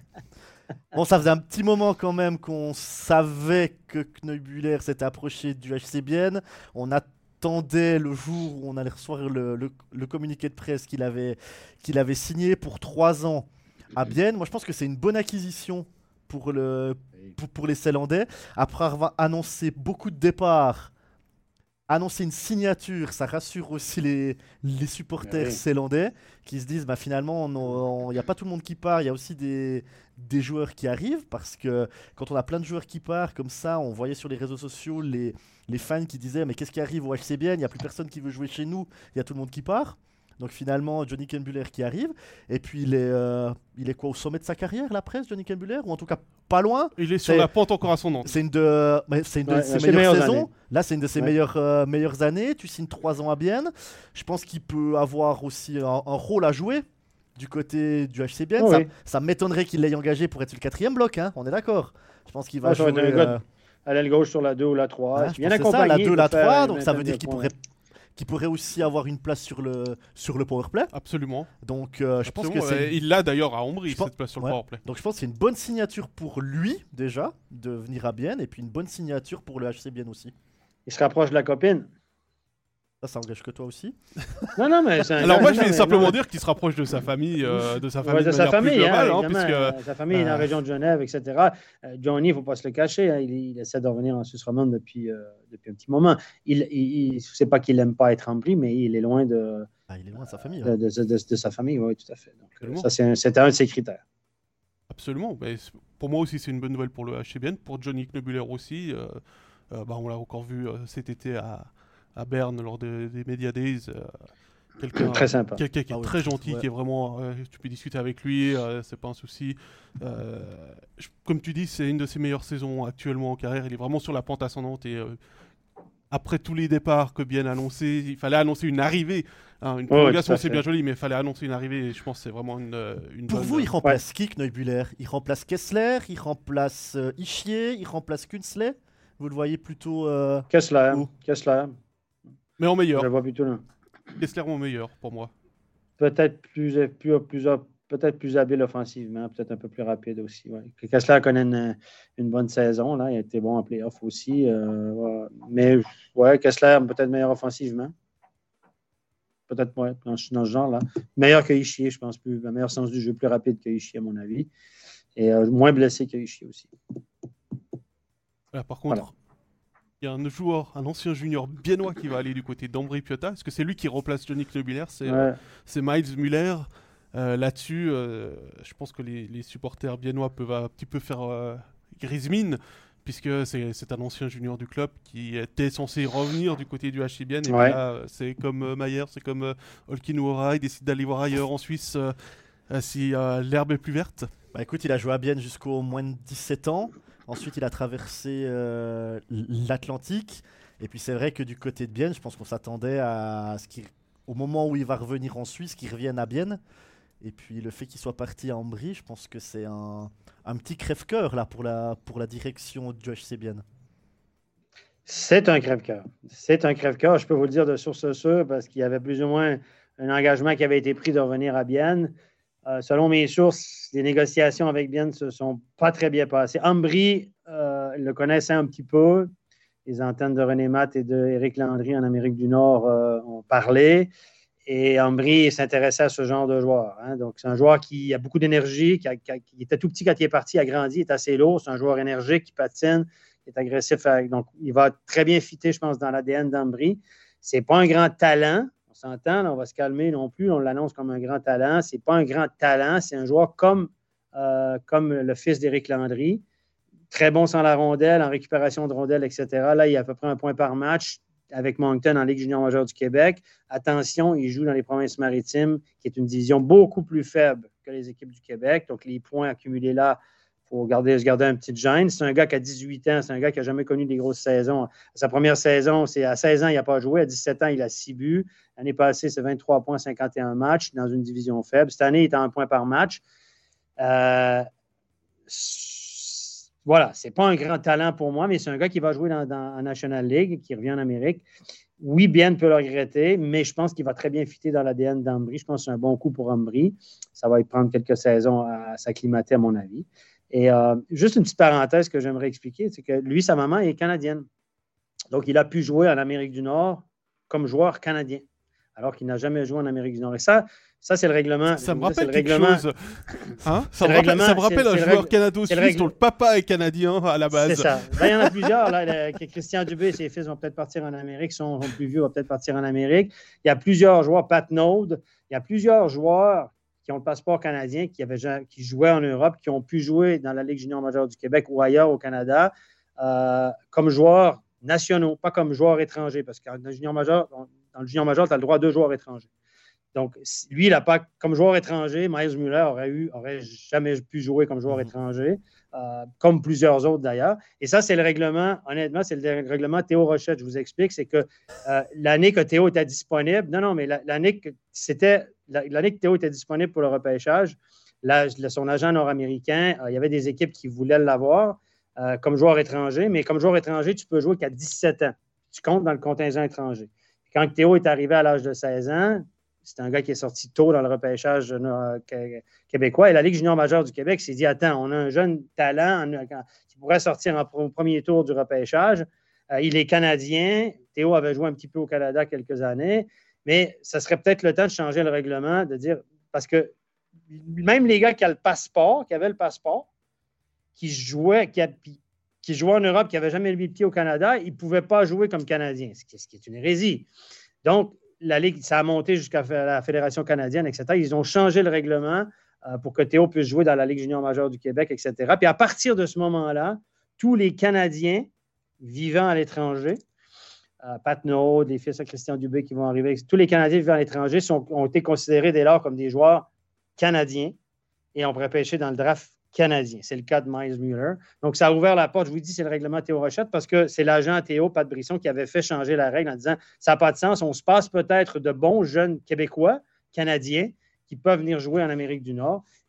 Bon, ça faisait un petit moment quand même qu'on savait que Knebuller s'était approché du H C Bienne. On attendait le jour où on allait recevoir le, le, le communiqué de presse qu'il avait, qu'il avait signé pour trois ans à Bienne. Moi, je pense que c'est une bonne acquisition pour, le, pour, pour les Ceylandais. Après avoir annoncé beaucoup de départs, annoncer une signature, ça rassure aussi les, les supporters oui. Ceylandais qui se disent bah, finalement, il n'y a pas tout le monde qui part, il y a aussi des, des joueurs qui arrivent, parce que quand on a plein de joueurs qui partent comme ça, on voyait sur les réseaux sociaux les, les fans qui disaient mais qu'est-ce qui arrive au H C Bienne, il n'y a plus personne qui veut jouer chez nous, il y a tout le monde qui part. Donc finalement, Johnny Knebuller qui arrive. Et puis il est, euh, il est quoi, au sommet de sa carrière, la presse, Johnny Knebuller? Ou en tout cas, pas loin. Il est sur c'est, la pente encore à son nom. C'est une de, c'est une de ouais, ses meilleures saisons. Années. Là, c'est une de ses ouais. meilleures, euh, meilleures années. Tu signes trois ans à Bienne. Je pense qu'il peut avoir aussi un, un rôle à jouer du côté du H C Bienne. Oh, ça, oui. ça m'étonnerait qu'il l'ait engagé pour être le quatrième bloc. Hein, on est d'accord. Je pense qu'il va ah, jouer... Euh... à l'aile gauche sur la deux ou la trois. Ouais, bien accompagné. Ça, la deux, la trois. Donc ça veut dire qu'il pourrait... qui pourrait aussi avoir une place sur le, sur le powerplay. Absolument. Donc, euh, je Absolument. pense que c'est... Il l'a d'ailleurs à Ambry, pense... cette place sur ouais. le powerplay. Donc, je pense que c'est une bonne signature pour lui, déjà, de venir à Bienne, et puis une bonne signature pour le H C Bienne aussi. Il se rapproche de la copine. Ça, ça engage que toi aussi. Non, non, mais... C'est un Alors, moi, je vais mais simplement non. dire qu'il se rapproche de sa famille, euh, de sa famille, ouais, de, de sa famille, globale, hein, hein, puisque... euh, sa famille euh... est dans la région de Genève, et cetera. Euh, Johnny, il ne faut pas se le cacher, hein, il, il essaie de revenir en Suisse romande depuis, euh, depuis un petit moment. Il ne sait pas qu'il n'aime pas être en Brie, mais il est loin de... Ah, il est loin de sa famille. De, de, de, de, de sa famille, oui, tout à fait. Donc, ça, c'est un, c'était un de ses critères. Absolument. Mais pour moi aussi, c'est une bonne nouvelle pour le H C Bienne. Pour Johnny Knebuller aussi. Euh, euh, bah, on l'a encore vu euh, cet été à, à Berne lors de, des Media Days. Euh, quelqu'un, très sympa. Quelqu'un qui est ah, oui. très gentil, ouais. qui est vraiment... Euh, tu peux discuter avec lui, euh, c'est pas un souci. Euh, je, comme tu dis, c'est une de ses meilleures saisons actuellement en carrière. Il est vraiment sur la pente ascendante et... Euh, après tous les départs que Bienne a annoncé, il fallait annoncer une arrivée. Hein, une prolongation, ouais, c'est bien joli, mais il fallait annoncer une arrivée. Et je pense que c'est vraiment une, une Pour bonne... vous, il remplace ouais. qui, Knebuller? Il remplace Kessler, il remplace euh, Ischier, il remplace Künzle? Vous le voyez plutôt... Euh, Kessler, Kessler. Mais en meilleur. Je le vois plutôt là. Kessler en meilleur, pour moi. peut-être plus, plus, plus, peut-être plus habile offensivement, peut-être un peu plus rapide aussi. Ouais. Kessler connaît une, une bonne saison. Là. Il a été bon en playoff aussi. Euh, ouais. Mais ouais, Kessler peut-être meilleur offensivement. Peut-être ouais, dans, dans ce genre-là. Meilleur que Ishii, je pense. Plus, le meilleur sens du jeu, plus rapide que Ishii, à mon avis. Et euh, moins blessé que Ishii aussi. Voilà, par contre, voilà. Il y a un joueur, un ancien junior biennois qui va aller du côté d'Ambry Piotta. Est-ce que c'est lui qui remplace Johnny Knoebiller? C'est, ouais. euh, c'est Miles Muller. Euh, là-dessus, euh, je pense que les, les supporters biennois peuvent un petit peu faire euh, grise mine, puisque c'est, c'est un ancien junior du club qui était censé revenir du côté du H C B N. Et ouais. là, c'est comme euh, Mayer, c'est comme euh, Olkinuora, il décide d'aller voir ailleurs en Suisse euh, euh, si euh, l'herbe est plus verte. Bah écoute, il a joué à Bienne jusqu'au moins de dix-sept ans. Ensuite, il a traversé euh, l'Atlantique. Et puis, c'est vrai que du côté de Bienne, je pense qu'on s'attendait à ce qu'il, au moment où il va revenir en Suisse, qu'il revienne à Bienne. Et puis, le fait qu'il soit parti à Ambry, je pense que c'est un, un petit crève-cœur là, pour, la, pour la direction du H C Bienne. C'est un crève-cœur. C'est un crève-cœur. Je peux vous le dire de source sûre parce qu'il y avait plus ou moins un engagement qui avait été pris de revenir à Bienne. Euh, selon mes sources, les négociations avec Bienne ne se sont pas très bien passées. Ambry euh, le connaissait un petit peu. Les antennes de René Matt et d'Éric Landry en Amérique du Nord euh, ont parlé. Et Ambry s'intéressait à ce genre de joueur. Hein. Donc, c'est un joueur qui a beaucoup d'énergie, qui, a, qui, a, qui était tout petit quand il est parti, il a grandi, il est assez lourd. C'est un joueur énergique qui patine, qui est agressif. Avec, donc, il va très bien fitter, je pense, dans l'A D N d'Ambry. Ce n'est pas un grand talent. On s'entend, là, on va se calmer non plus. On l'annonce comme un grand talent. Ce n'est pas un grand talent. C'est un joueur comme, euh, comme le fils d'Éric Landry. Très bon sans la rondelle, en récupération de rondelle, et cetera. Là, il y a à peu près un point par match avec Moncton en Ligue junior majeure du Québec. Attention, il joue dans les Provinces-Maritimes, qui est une division beaucoup plus faible que les équipes du Québec. Donc, les points accumulés là, il faut garder, se garder un petit gêne. C'est un gars qui a dix-huit ans, c'est un gars qui n'a jamais connu des grosses saisons. Sa première saison, c'est à seize ans, il n'a pas joué. À dix-sept ans, il a six buts. L'année passée, c'est vingt-trois points, cinquante et un matchs dans une division faible. Cette année, il est à un point par match. Euh, voilà, ce n'est pas un grand talent pour moi, mais c'est un gars qui va jouer dans, dans la National League, qui revient en Amérique. Oui, Bienne peut le regretter, mais je pense qu'il va très bien fitter dans l'A D N d'Ambry. Je pense que c'est un bon coup pour Ambry. Ça va lui prendre quelques saisons à, à s'acclimater, à mon avis. Et euh, juste une petite parenthèse que j'aimerais expliquer, c'est que lui, sa maman est canadienne. Donc, il a pu jouer en Amérique du Nord comme joueur canadien, alors qu'il n'a jamais joué en Amérique du Nord. Et ça, ça c'est le règlement. Ça me rappelle quelque règlement. chose. Hein ça, me rappelle, ça me rappelle un joueur canado-suisse dont le papa est canadien à la base. C'est ça. Ben, il y en a plusieurs. Là, le, Christian Dubé et ses fils vont peut-être partir en Amérique. Son, son plus vieux va peut-être partir en Amérique. Il y a plusieurs joueurs, Pat Node, il y a plusieurs joueurs qui ont le passeport canadien, qui, avaient, qui jouaient en Europe, qui ont pu jouer dans la Ligue junior majeure du Québec ou ailleurs au Canada euh, comme joueurs nationaux, pas comme joueurs étrangers, parce que dans le junior majeur, dans le junior majeur, tu as le droit à deux joueurs étrangers. Donc, lui, il n'a pas, comme joueur étranger, Miles Muller aurait, eu, aurait jamais pu jouer comme joueur étranger, euh, comme plusieurs autres d'ailleurs. Et ça, c'est le règlement, honnêtement, c'est le règlement Théo Rochette, je vous explique, c'est que euh, l'année que Théo était disponible, non, non, mais l'année que, c'était, l'année que Théo était disponible pour le repêchage, là, son agent nord-américain, euh, il y avait des équipes qui voulaient l'avoir euh, comme joueur étranger, mais comme joueur étranger, tu peux jouer qu'à dix-sept ans. Tu comptes dans le contingent étranger. Quand Théo est arrivé à l'âge de seize ans, c'est un gars qui est sorti tôt dans le repêchage euh, québécois. Et la Ligue junior majeure du Québec s'est dit, attends, on a un jeune talent qui pourrait sortir en, au premier tour du repêchage. Euh, il est canadien. Théo avait joué un petit peu au Canada quelques années. Mais ça serait peut-être le temps de changer le règlement, de dire, parce que même les gars qui ont le passeport, qui avaient le passeport, qui jouaient, qui, a, qui jouaient en Europe, qui n'avaient jamais levé le pied au Canada, ils ne pouvaient pas jouer comme Canadiens, ce qui, ce qui est une hérésie. Donc, la Ligue, ça a monté jusqu'à la Fédération canadienne, et cetera. Ils ont changé le règlement euh, pour que Théo puisse jouer dans la Ligue junior majeure du Québec, et cetera. Puis à partir de ce moment-là, tous les Canadiens vivant à l'étranger, euh, Pat Naud, les fils de Christian Dubé qui vont arriver, tous les Canadiens vivant à l'étranger sont, ont été considérés dès lors comme des joueurs canadiens et ont repêché dans le draft canadien. C'est le cas de Miles Muller. Donc, ça a ouvert la porte. Je vous dis, c'est le règlement Théo Rochette parce que c'est l'agent Théo, Pat Brisson, qui avait fait changer la règle en disant ça n'a pas de sens. On se passe peut-être de bons jeunes Québécois, Canadiens, qui peuvent venir jouer en Amérique du Nord.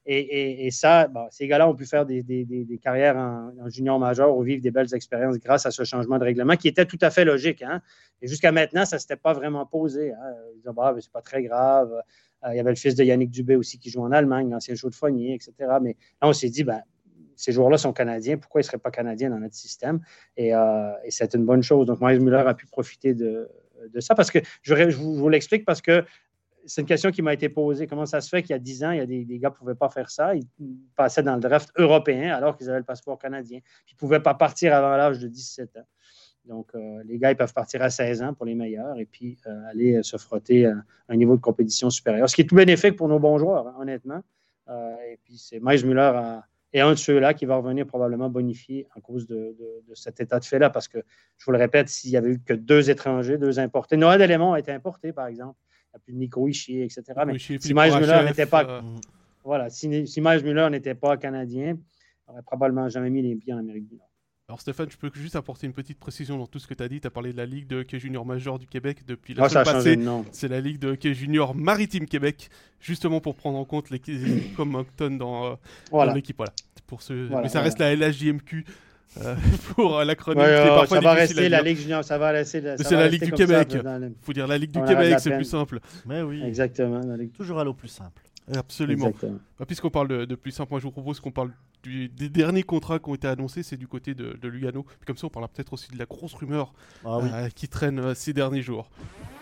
Et, et, et ça, bon, ces gars-là ont pu faire des, des, des, des carrières en, en junior majeur ou vivre des belles expériences grâce à ce changement de règlement qui était tout à fait logique. Hein? Et jusqu'à maintenant, ça ne s'était pas vraiment posé. Hein? Ils disaient, bah, c'est pas très grave. Euh, il y avait le fils de Yannick Dubé aussi qui joue en Allemagne, l'ancien chaude-fognier, et cetera. Mais là, on s'est dit, ben, ces joueurs-là sont canadiens. Pourquoi ils ne seraient pas canadiens dans notre système? Et, euh, et c'est une bonne chose. Donc, Myles Muller a pu profiter de, de ça parce que je, je vous, je vous l'explique parce que c'est une question qui m'a été posée. Comment ça se fait qu'il y a dix ans, il y a des, des gars qui ne pouvaient pas faire ça? Ils passaient dans le draft européen alors qu'ils avaient le passeport canadien. Puis ils ne pouvaient pas partir avant l'âge de dix-sept ans. Donc, euh, les gars, ils peuvent partir à seize ans pour les meilleurs et puis euh, aller euh, se frotter à un niveau de compétition supérieur. Ce qui est tout bénéfique pour nos bons joueurs, hein, honnêtement. Euh, et puis, c'est Myles Muller à, est un de ceux-là qui va revenir probablement bonifié en cause de, de, de cet état de fait-là. Parce que, je vous le répète, s'il n'y avait eu que deux étrangers, deux importés, Noël Delémont a été importé, par exemple. Il n'y a plus de Nico Hischier, et cetera. Mais Hischier, si Myles Muller n'était pas, euh... voilà, si, si Myles Muller n'était pas canadien, il n'aurait probablement jamais mis les pieds en Amérique du Nord. Alors Stéphane, je peux juste apporter une petite précision dans tout ce que tu as dit. Tu as parlé de la Ligue de hockey junior majeur du Québec depuis la oh, semaine passée. C'est la Ligue de hockey junior maritime Québec, justement pour prendre en compte les équipes comme Moncton dans, euh, voilà. dans l'équipe. Voilà. Pour ce... voilà, Mais ça voilà. reste la L H J M Q euh, pour euh, l'acronyme. Ouais, ouais, ça va rester la Ligue junior, ça va rester. Ça c'est va la rester Ligue du Québec. Il le... faut dire la Ligue du on Québec, c'est plus simple. Mais oui. Exactement. Ligue... Toujours aller au plus simple. Absolument. Bah, puisqu'on parle de, de plus simple, moi je vous propose qu'on parle du, des derniers contrats qui ont été annoncés, c'est du côté de, de Lugano. Puis comme ça, on parlera peut-être aussi de la grosse rumeur ah, oui. euh, qui traîne euh, ces derniers jours.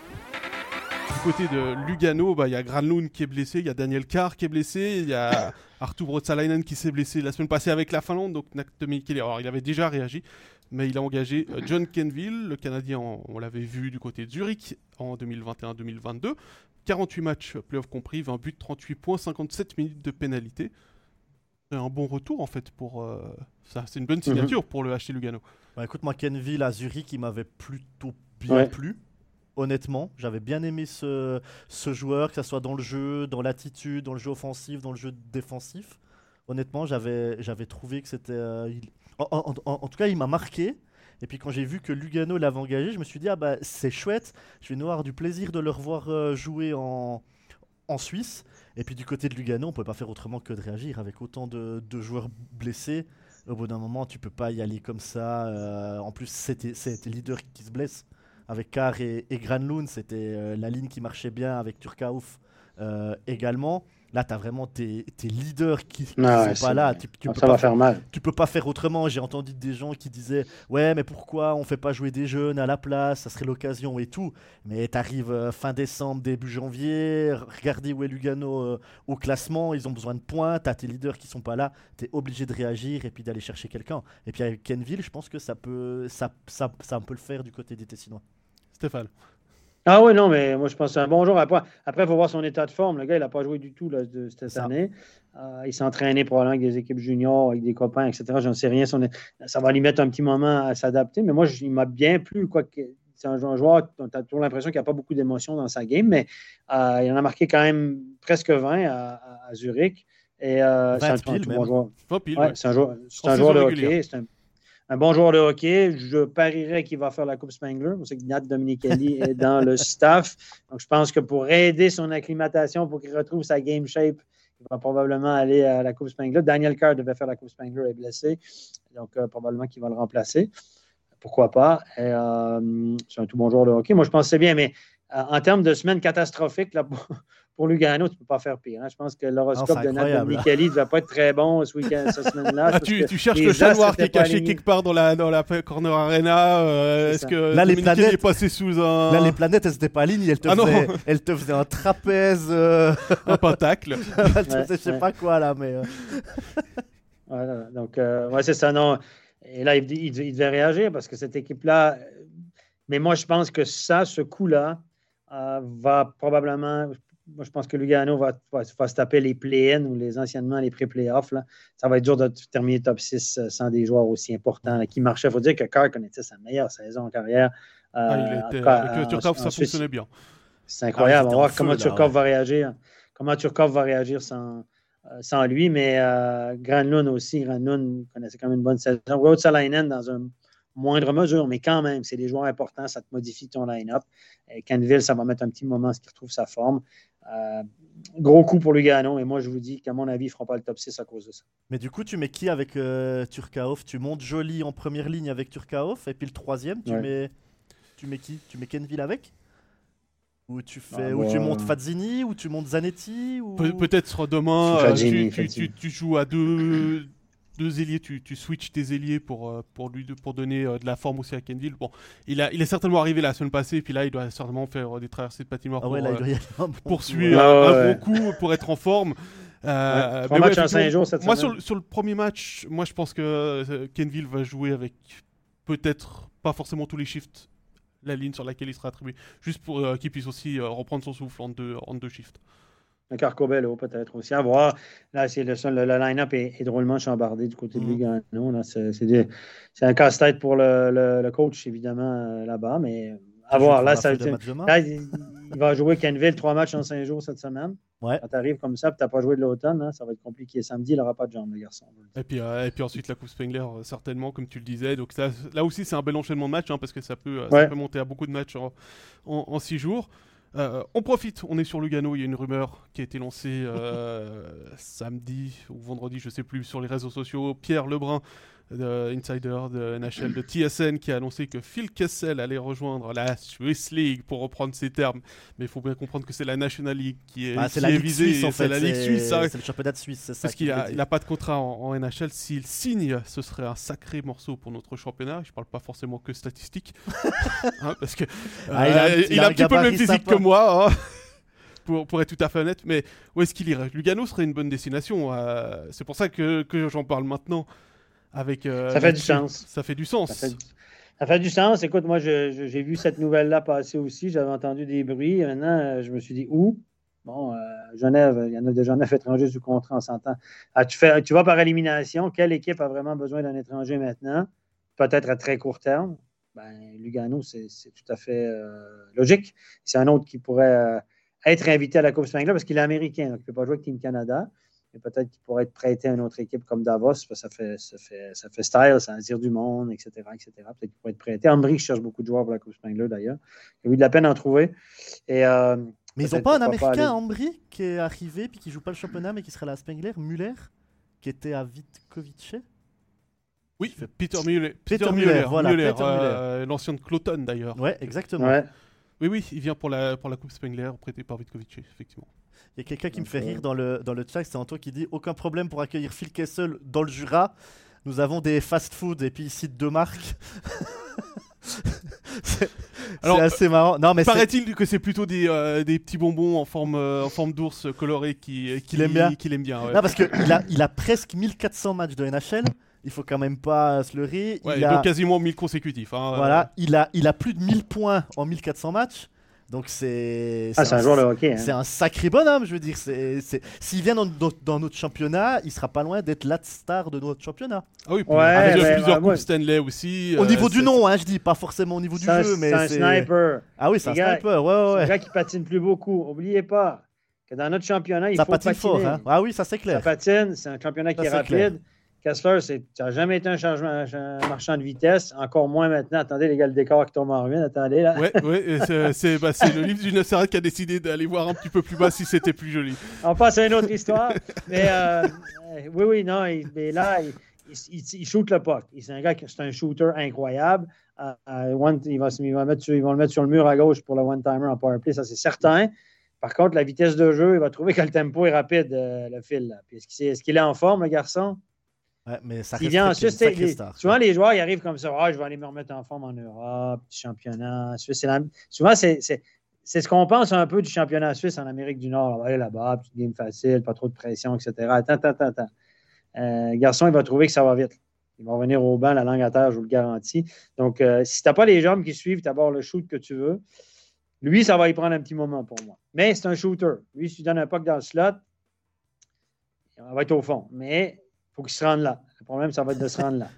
Du côté de Lugano, bah, y a Granlund qui est blessé, il y a Daniel Carr qui est blessé, il y a Arttu Ruotsalainen qui s'est blessé la semaine passée avec la Finlande, donc Nate Mikkeli, alors il avait déjà réagi, mais il a engagé euh, John Kenville, le Canadien, on, on l'avait vu du côté de Zurich en deux mille vingt et un deux mille vingt-deux. quarante-huit matchs, playoff compris, vingt buts, trente-huit points, cinquante-sept minutes de pénalité. C'est un bon retour en fait pour euh, ça. C'est une bonne signature mm-hmm. pour le H C Lugano. Bah, écoute, moi Kenville à Zurich, il m'avait plutôt bien ouais. plu. Honnêtement, j'avais bien aimé ce, ce joueur, que ce soit dans le jeu, dans l'attitude, dans le jeu offensif, dans le jeu défensif. Honnêtement, j'avais, j'avais trouvé que c'était... Euh, il... en, en, en, en tout cas, il m'a marqué. Et puis quand j'ai vu que Lugano l'avait engagé, je me suis dit, ah bah c'est chouette, je vais avoir du plaisir de le revoir euh, jouer en, en Suisse. Et puis du côté de Lugano, on ne peut pas faire autrement que de réagir. Avec autant de, de joueurs blessés, au bout d'un moment, tu ne peux pas y aller comme ça. Euh, en plus, c'était, c'était leader qui se blesse. Avec Carr et, et Granlund, c'était euh, la ligne qui marchait bien avec Turcauf euh, également. Là, tu as vraiment tes, tes leaders qui ne ouais, sont pas là. Tu, tu ça peux va pas faire mal. Tu peux pas faire autrement. J'ai entendu des gens qui disaient « Ouais, mais pourquoi on fait pas jouer des jeunes à la place? Ça serait l'occasion et tout. » Mais tu arrives euh, fin décembre, début janvier. Regardez où est Lugano euh, au classement. Ils ont besoin de points. Tu as tes leaders qui sont pas là. Tu es obligé de réagir et puis d'aller chercher quelqu'un. Et puis avec Kenville, je pense que ça peut, ça, ça, ça peut le faire du côté des Tessinois. Stéphane. Ah oui, non, mais moi, je pense que c'est un bon jour. Après, après, il faut voir son état de forme. Le gars, il n'a pas joué du tout là, de, cette ça. année. Euh, il s'est entraîné probablement avec des équipes juniors, avec des copains, et cetera. Je n'en sais rien. Son... Ça va lui mettre un petit moment à s'adapter. Mais moi, je, il m'a bien plu. Quoi que... C'est un joueur, tu as toujours l'impression qu'il n'y a pas beaucoup d'émotions dans sa game, mais euh, il en a marqué quand même presque vingt à, à, à Zurich. Et, euh, c'est un, pile, un bon joueur. Pile, ouais, ouais. C'est un joueur, c'est un joueur de hockey. C'est un... Un bon joueur de hockey, je parierais qu'il va faire la Coupe Spengler. On sait que Nat Dominicali est dans le staff. Donc, je pense que pour aider son acclimatation, pour qu'il retrouve sa game shape, il va probablement aller à la Coupe Spengler. Daniel Carr devait faire la Coupe Spengler et est blessé. Donc, euh, probablement qu'il va le remplacer. Pourquoi pas? Et, euh, c'est un tout bon joueur de hockey. Moi, je pense que c'est bien, mais euh, en termes de semaine catastrophique, là, pour, pour Lugano, tu ne peux pas faire pire. Hein. Je pense que l'horoscope non, de Nat Dominicali ne devait pas être très bon ce week-end, cette semaine-là. Ah, tu, tu cherches le chat noir qui est caché quelque part dans la, dans la Corner Arena. Euh, est-ce que là, les planètes, est passé sous un... Là, les planètes, elles n'étaient pas alignées. Elles te, ah faisaient, elles te faisaient un trapèze. Euh... un pentacle. elles te ouais, faisaient, je sais ouais. pas quoi, là, mais... Euh... voilà, donc, euh, ouais, c'est ça, non. Et là, il, il, il devait réagir parce que cette équipe-là... Mais moi, je pense que ça, ce coup-là, euh, va probablement... Moi, je pense que Lugano va, va, va se taper les play-in ou les anciennement les pré-playoffs. Là. Ça va être dur de terminer top six sans des joueurs aussi importants là, qui marchaient. Il faut dire que Carr connaissait sa meilleure saison en carrière. Euh, ah, il était, avec Turcotte, ça fonctionnait bien. C'est incroyable. Ah, on va voir comment Turcotte ouais. va réagir. Comment Turcotte va réagir sans, euh, sans lui. Mais euh, Granlund aussi. Granlund connaissait quand même une bonne saison. Ruotsalainen dans un moindre mesure, mais quand même, c'est des joueurs importants, ça te modifie ton line-up. Et Kenville, ça va mettre un petit moment à ce qu'il retrouve sa forme. Euh, gros coup pour Lugano, et moi je vous dis qu'à mon avis, ils ne feront pas le top six à cause de ça. Mais du coup, tu mets qui avec euh, Turcaoff? Tu montes Joly en première ligne avec Turcaoff, et puis le troisième, tu, ouais. mets... tu mets qui? Tu mets Kenville avec? Ou tu, fais... Ah, ou moi... tu montes Fazzini? Ou tu montes Zanetti? Ou... Pe- peut-être demain, euh, tu, tu, tu, tu joues à deux... deux ailiers, tu, tu switches tes ailiers pour, euh, pour, lui, pour donner euh, de la forme aussi à Kenville. Bon, il, a, il est certainement arrivé la semaine passée, puis là, il doit certainement faire euh, des traversées de patinoire ah ouais, pour là, il euh, bon poursuivre ouais, un, ouais. un bon coup pour être en forme. Euh, ouais, trois matchs ouais, en cinq jours cette moi, semaine. Sur, le, sur le premier match, moi, je pense que euh, Kenville va jouer avec peut-être pas forcément tous les shifts, la ligne sur laquelle il sera attribué, juste pour euh, qu'il puisse aussi euh, reprendre son souffle en deux, en deux shifts. Un Carcobello, peut-être aussi. À voir. Là, c'est le, le, le line-up est, est drôlement chambardé du côté de Lugano. Là, c'est, c'est, des, c'est un casse-tête pour le, le, le coach, évidemment, euh, là-bas. Mais à voir. Là, ça, là il, il va jouer Kenville trois matchs en cinq jours cette semaine. Ouais. Quand tu arrives comme ça et tu n'as pas joué de l'automne, hein, ça va être compliqué. Samedi, il n'aura pas de jambes, le garçon. Et puis, euh, et puis ensuite, la Coupe Spengler, euh, certainement, comme tu le disais. Donc là, là aussi, c'est un bel enchaînement de matchs, hein, parce que ça peut, euh, ouais. ça peut monter à beaucoup de matchs en, en, en six jours. Euh, on profite, on est sur Lugano, il y a une rumeur qui a été lancée euh, samedi ou vendredi, je sais plus, sur les réseaux sociaux. Pierre Lebrun, de Insider de N H L, de T S N, qui a annoncé que Phil Kessel allait rejoindre la Swiss League, pour reprendre ses termes. Mais il faut bien comprendre que c'est la National League qui est, ah, c'est qui la est Ligue visée. Suisse, en c'est fait. la Ligue c'est... Suisse, ça. C'est le championnat de Suisse, c'est ça. Parce qu'il n'a pas de contrat en, en N H L. S'il signe, ce serait un sacré morceau pour notre championnat. Je ne parle pas forcément que statistiques. hein, parce que ah, il a, euh, il il a a un un petit peu le même physique sympa. que moi. Hein. Pour, pour être tout à fait honnête, mais où est-ce qu'il irait? Lugano serait une bonne destination. Euh, c'est pour ça que, que j'en parle maintenant. Avec, euh, ça fait du sens. Ça fait du sens. Ça fait, ça fait du sens. Écoute, moi, je, je, j'ai vu cette nouvelle-là passer aussi. J'avais entendu des bruits. Maintenant, je me suis dit, où? Bon, euh, Genève, il y en a déjà neuf étrangers sous contrat, on s'entend. Ah, tu, fais, tu vas par élimination. Quelle équipe a vraiment besoin d'un étranger maintenant? Peut-être à très court terme. Ben, Lugano, c'est, c'est tout à fait euh, logique. C'est un autre qui pourrait euh, être invité à la Coupe Spengler parce qu'il est américain, donc il ne peut pas jouer avec Team Canada. Mais peut-être qu'il pourrait être prêté à une autre équipe comme Davos, parce que ça fait, ça fait, ça fait style, ça attire du monde, et cetera, et cetera. Peut-être qu'il pourrait être prêté. Ambry cherche beaucoup de joueurs pour la Coupe Spengler, d'ailleurs. Il a eu de la peine à en trouver. Et, euh, mais ils n'ont pas un Américain, Ambry, qui est arrivé puis qui ne joue pas le championnat, mais qui serait à la Spengler, Muller, qui était à Vitkovice. Oui, Peter Muller. Peter, Peter Muller, Muller, voilà. Muller, Peter euh, Muller. L'ancien de Cloton, d'ailleurs. Ouais, exactement. Ouais. Oui, oui, il vient pour la, pour la Coupe Spengler, prêté par Vitkovic, effectivement. Il y a quelqu'un qui me fait rire dans le, dans le chat, c'est Antoine qui dit « Aucun problème pour accueillir Phil Kessel dans le Jura. Nous avons des fast-food et puis il cite deux marques. » C'est, Alors, c'est assez marrant. Non, mais paraît-il c'est... que c'est plutôt des, euh, des petits bonbons en forme, euh, en forme d'ours colorés qui, qu'il aime bien. Qu'il aime bien ouais. Non, parce qu'il a, il a presque mille quatre cents matchs de N H L. Il faut quand même pas se leurrer. Ouais, il donc a... quasiment mille consécutifs. Hein, voilà, euh... il, a, il a plus de mille points en mille quatre cents matchs. Donc c'est, c'est, ah, c'est un, un joueur de hockey. Hein. C'est un sacré bonhomme, je veux dire. C'est, c'est... S'il vient dans, dans, dans notre championnat, il sera pas loin d'être la star de notre championnat. Ah oui, ouais, avec mais, plusieurs ouais, coupes ouais. Stanley aussi. Au euh, niveau c'est... du nom, hein, je dis, pas forcément au niveau du c'est jeu. Un, mais c'est un c'est... sniper. Ah oui, c'est un gars, sniper, ouais, ouais. C'est un gars qui patine plus beaucoup. Oubliez pas que dans notre championnat, il ça faut patine patiner. fort, hein. Ah oui, ça c'est clair. Ça patine, c'est un championnat ça, qui est rapide. Clair. Kessler, c'est, ça n'a jamais été un, changement, un marchand de vitesse, encore moins maintenant. Attendez, les gars, le décor qui tombe en ruine, attendez là. Oui, ouais, c'est, c'est, bah, c'est le livre du Nassaret qui a décidé d'aller voir un petit peu plus bas si c'était plus joli. On passe à une autre histoire. mais euh, oui, oui, non, il, mais là, il, il, il, il shoot le puck. C'est un gars qui c'est un shooter incroyable. Uh, uh, one, il va, il va mettre sur, ils vont le mettre sur le mur à gauche pour le one-timer en powerplay, ça c'est certain. Par contre, la vitesse de jeu, il va trouver que le tempo est rapide, euh, le fil. Là. Puis est-ce, qu'il est, est-ce qu'il est en forme, le garçon? Ouais, mais ça il vient en Suisse, les, souvent les joueurs ils arrivent comme ça, oh, je vais aller me remettre en forme en Europe, du championnat suisse. C'est la, souvent, c'est, c'est, c'est ce qu'on pense un peu du championnat suisse en Amérique du Nord. On va aller là-bas, petite game facile, pas trop de pression, et cetera. Attends, attends, attends. Euh, garçon, il va trouver que ça va vite. Il va revenir au banc, la langue à terre, je vous le garantis. Donc, euh, si tu n'as pas les jambes qui suivent, tu as d'abord le shoot que tu veux. Lui, ça va y prendre un petit moment pour moi. Mais c'est un shooter. Lui, si tu donnes un puck dans le slot, on va être au fond. Mais il faut qu'il se rende là. Le problème, ça va être de se rendre là.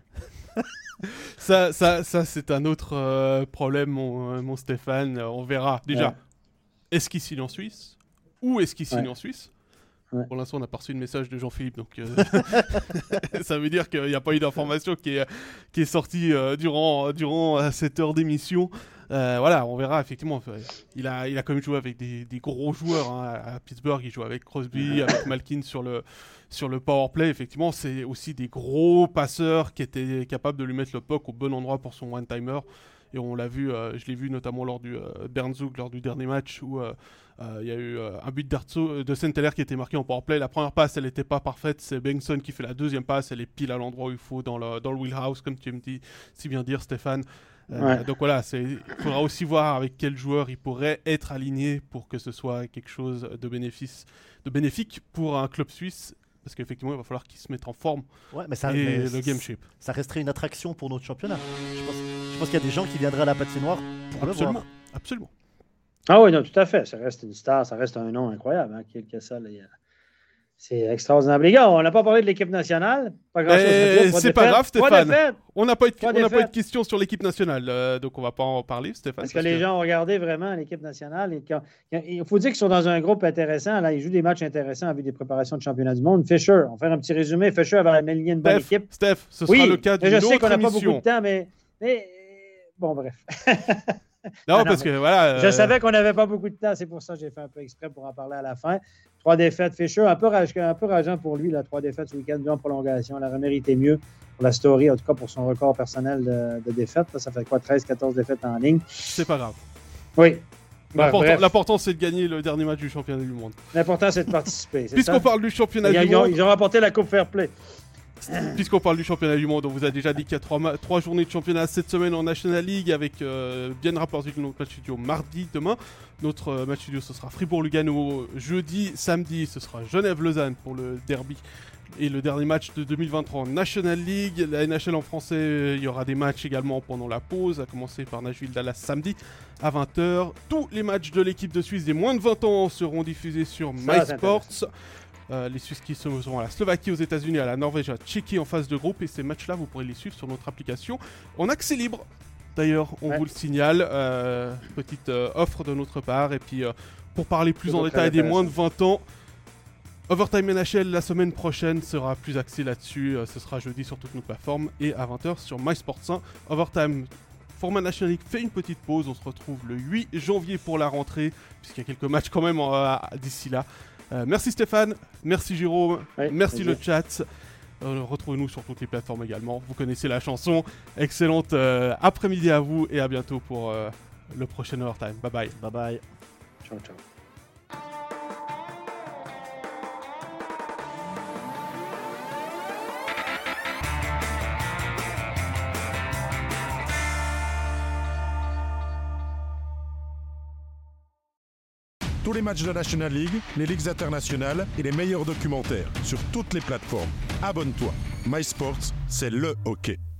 ça, ça, ça, c'est un autre euh, problème, mon, mon Stéphane. On verra. Déjà, ouais. Est-ce qu'il signe en Suisse? Où est-ce qu'il signe ouais. en Suisse? Ouais. Pour l'instant, on a pas reçu de message de Jean-Philippe, donc euh, ça veut dire qu'il n'y a pas eu d'information qui est, qui est sortie euh, durant, durant euh, cette heure d'émission. Euh, voilà, on verra effectivement. Il a, il a quand même joué avec des, des gros joueurs hein. À Pittsburgh. Il joue avec Crosby, avec Malkin sur le sur le power play. Effectivement, c'est aussi des gros passeurs qui étaient capables de lui mettre le puck au bon endroit pour son one timer. Et on l'a vu, euh, je l'ai vu notamment lors du euh, Bernzug, lors du dernier match où il euh, euh, y a eu euh, un but de Saint-Hilaire qui était marqué en powerplay. La première passe, elle n'était pas parfaite. C'est Bengtson qui fait la deuxième passe. Elle est pile à l'endroit où il faut, dans le, dans le wheelhouse, comme tu me dis si bien dire, Stéphane. Euh, Ouais. Donc voilà, il faudra aussi voir avec quel joueur il pourrait être aligné pour que ce soit quelque chose de, bénéfice, de bénéfique pour un club suisse. Parce qu'effectivement, il va falloir qu'il se mette en forme Ouais, mais ça, et mais le game shape. ça resterait une attraction pour notre championnat. Je pense, je pense qu'il y a des gens qui viendraient à la patinoire pour le Absolument, voir. absolument. Ah oui, non, tout à fait. Ça reste une star, ça reste un nom incroyable. Hein, Kiel Kessel, il y a- c'est extraordinaire. Les gars, on n'a pas parlé de l'équipe nationale. Pas grand-chose à Eh, dire. Trois c'est pas défaites. grave, Trois Stéphane. défaites. On n'a pas, eu de- Trois on n'a pas eu de défaites. questions sur l'équipe nationale, euh, donc on va pas en parler, Stéphane. Parce que les gens ont regardé vraiment l'équipe nationale. Et quand- quand- il faut dire qu'ils sont dans un groupe intéressant. Là, ils jouent des matchs intéressants avec des préparations de championnat du monde. Fisher, on va faire un petit résumé. Fisher avait aligné une bonne Steph, équipe. Steph, ce Oui, sera le cas mais d'une je sais autre qu'on n'a pas beaucoup émission. de temps, mais, mais bon, bref. Non, non, parce mais que voilà. Je euh, savais qu'on n'avait pas beaucoup de temps, c'est pour ça que j'ai fait un peu exprès pour en parler à la fin. Trois défaites, Fisher, un peu, rage, un peu rageant pour lui, là, trois défaites ce week-end, deux en prolongation. Elle aurait mérité mieux pour la story, en tout cas pour son record personnel de, de défaites. Là, ça fait quoi, treize quatorze défaites en ligne? C'est pas grave. Oui. Bon, L'important, bref, l'important, c'est de gagner le dernier match du championnat du monde. l'important, c'est de participer. c'est Puisqu'on ça? parle du championnat Ils, du ils ont, monde, ils ont remporté la Coupe Fair Play. puisqu'on parle du championnat du monde, on vous a déjà dit qu'il y a trois, ma- trois journées de championnat cette semaine en National League avec euh, bien rapport du notre match studio mardi demain. Notre euh, match studio ce sera Fribourg-Lugano jeudi, samedi ce sera Genève-Lausanne pour le derby. Et le dernier match de deux mille vingt-trois en National League, la N H L en français, euh, il y aura des matchs également pendant la pause, à commencer par Nashville-Dallas samedi à vingt heures. Tous les matchs de l'équipe de Suisse des moins de vingt ans seront diffusés sur Ça, c'est MySports. Euh, les Suisses qui seront à la Slovaquie, aux États-Unis, à la Norvège, à Tchéquie en phase de groupe. Et ces matchs-là, vous pourrez les suivre sur notre application en accès libre. D'ailleurs, on Ouais. vous le signale, euh, petite euh, offre de notre part. Et puis, euh, pour parler plus Toujours en très détail des intéressant. moins de vingt ans, Overtime N H L la semaine prochaine sera plus axé là-dessus. Euh, ce sera jeudi sur toutes nos plateformes et à vingt heures sur MySports un. Overtime format National League fait une petite pause. On se retrouve le huit janvier pour la rentrée, puisqu'il y a quelques matchs quand même euh, d'ici là. Euh, merci Stéphane, merci Jérôme, Oui, merci plaisir. le chat. Euh, retrouvez-nous sur toutes les plateformes également. Vous connaissez la chanson. Excellente euh, après-midi à vous et à bientôt pour euh, le prochain Overtime. Bye bye. Bye bye. Ciao, ciao. Tous les matchs de la National League, les ligues internationales et les meilleurs documentaires sur toutes les plateformes. Abonne-toi. MySports, c'est le hockey.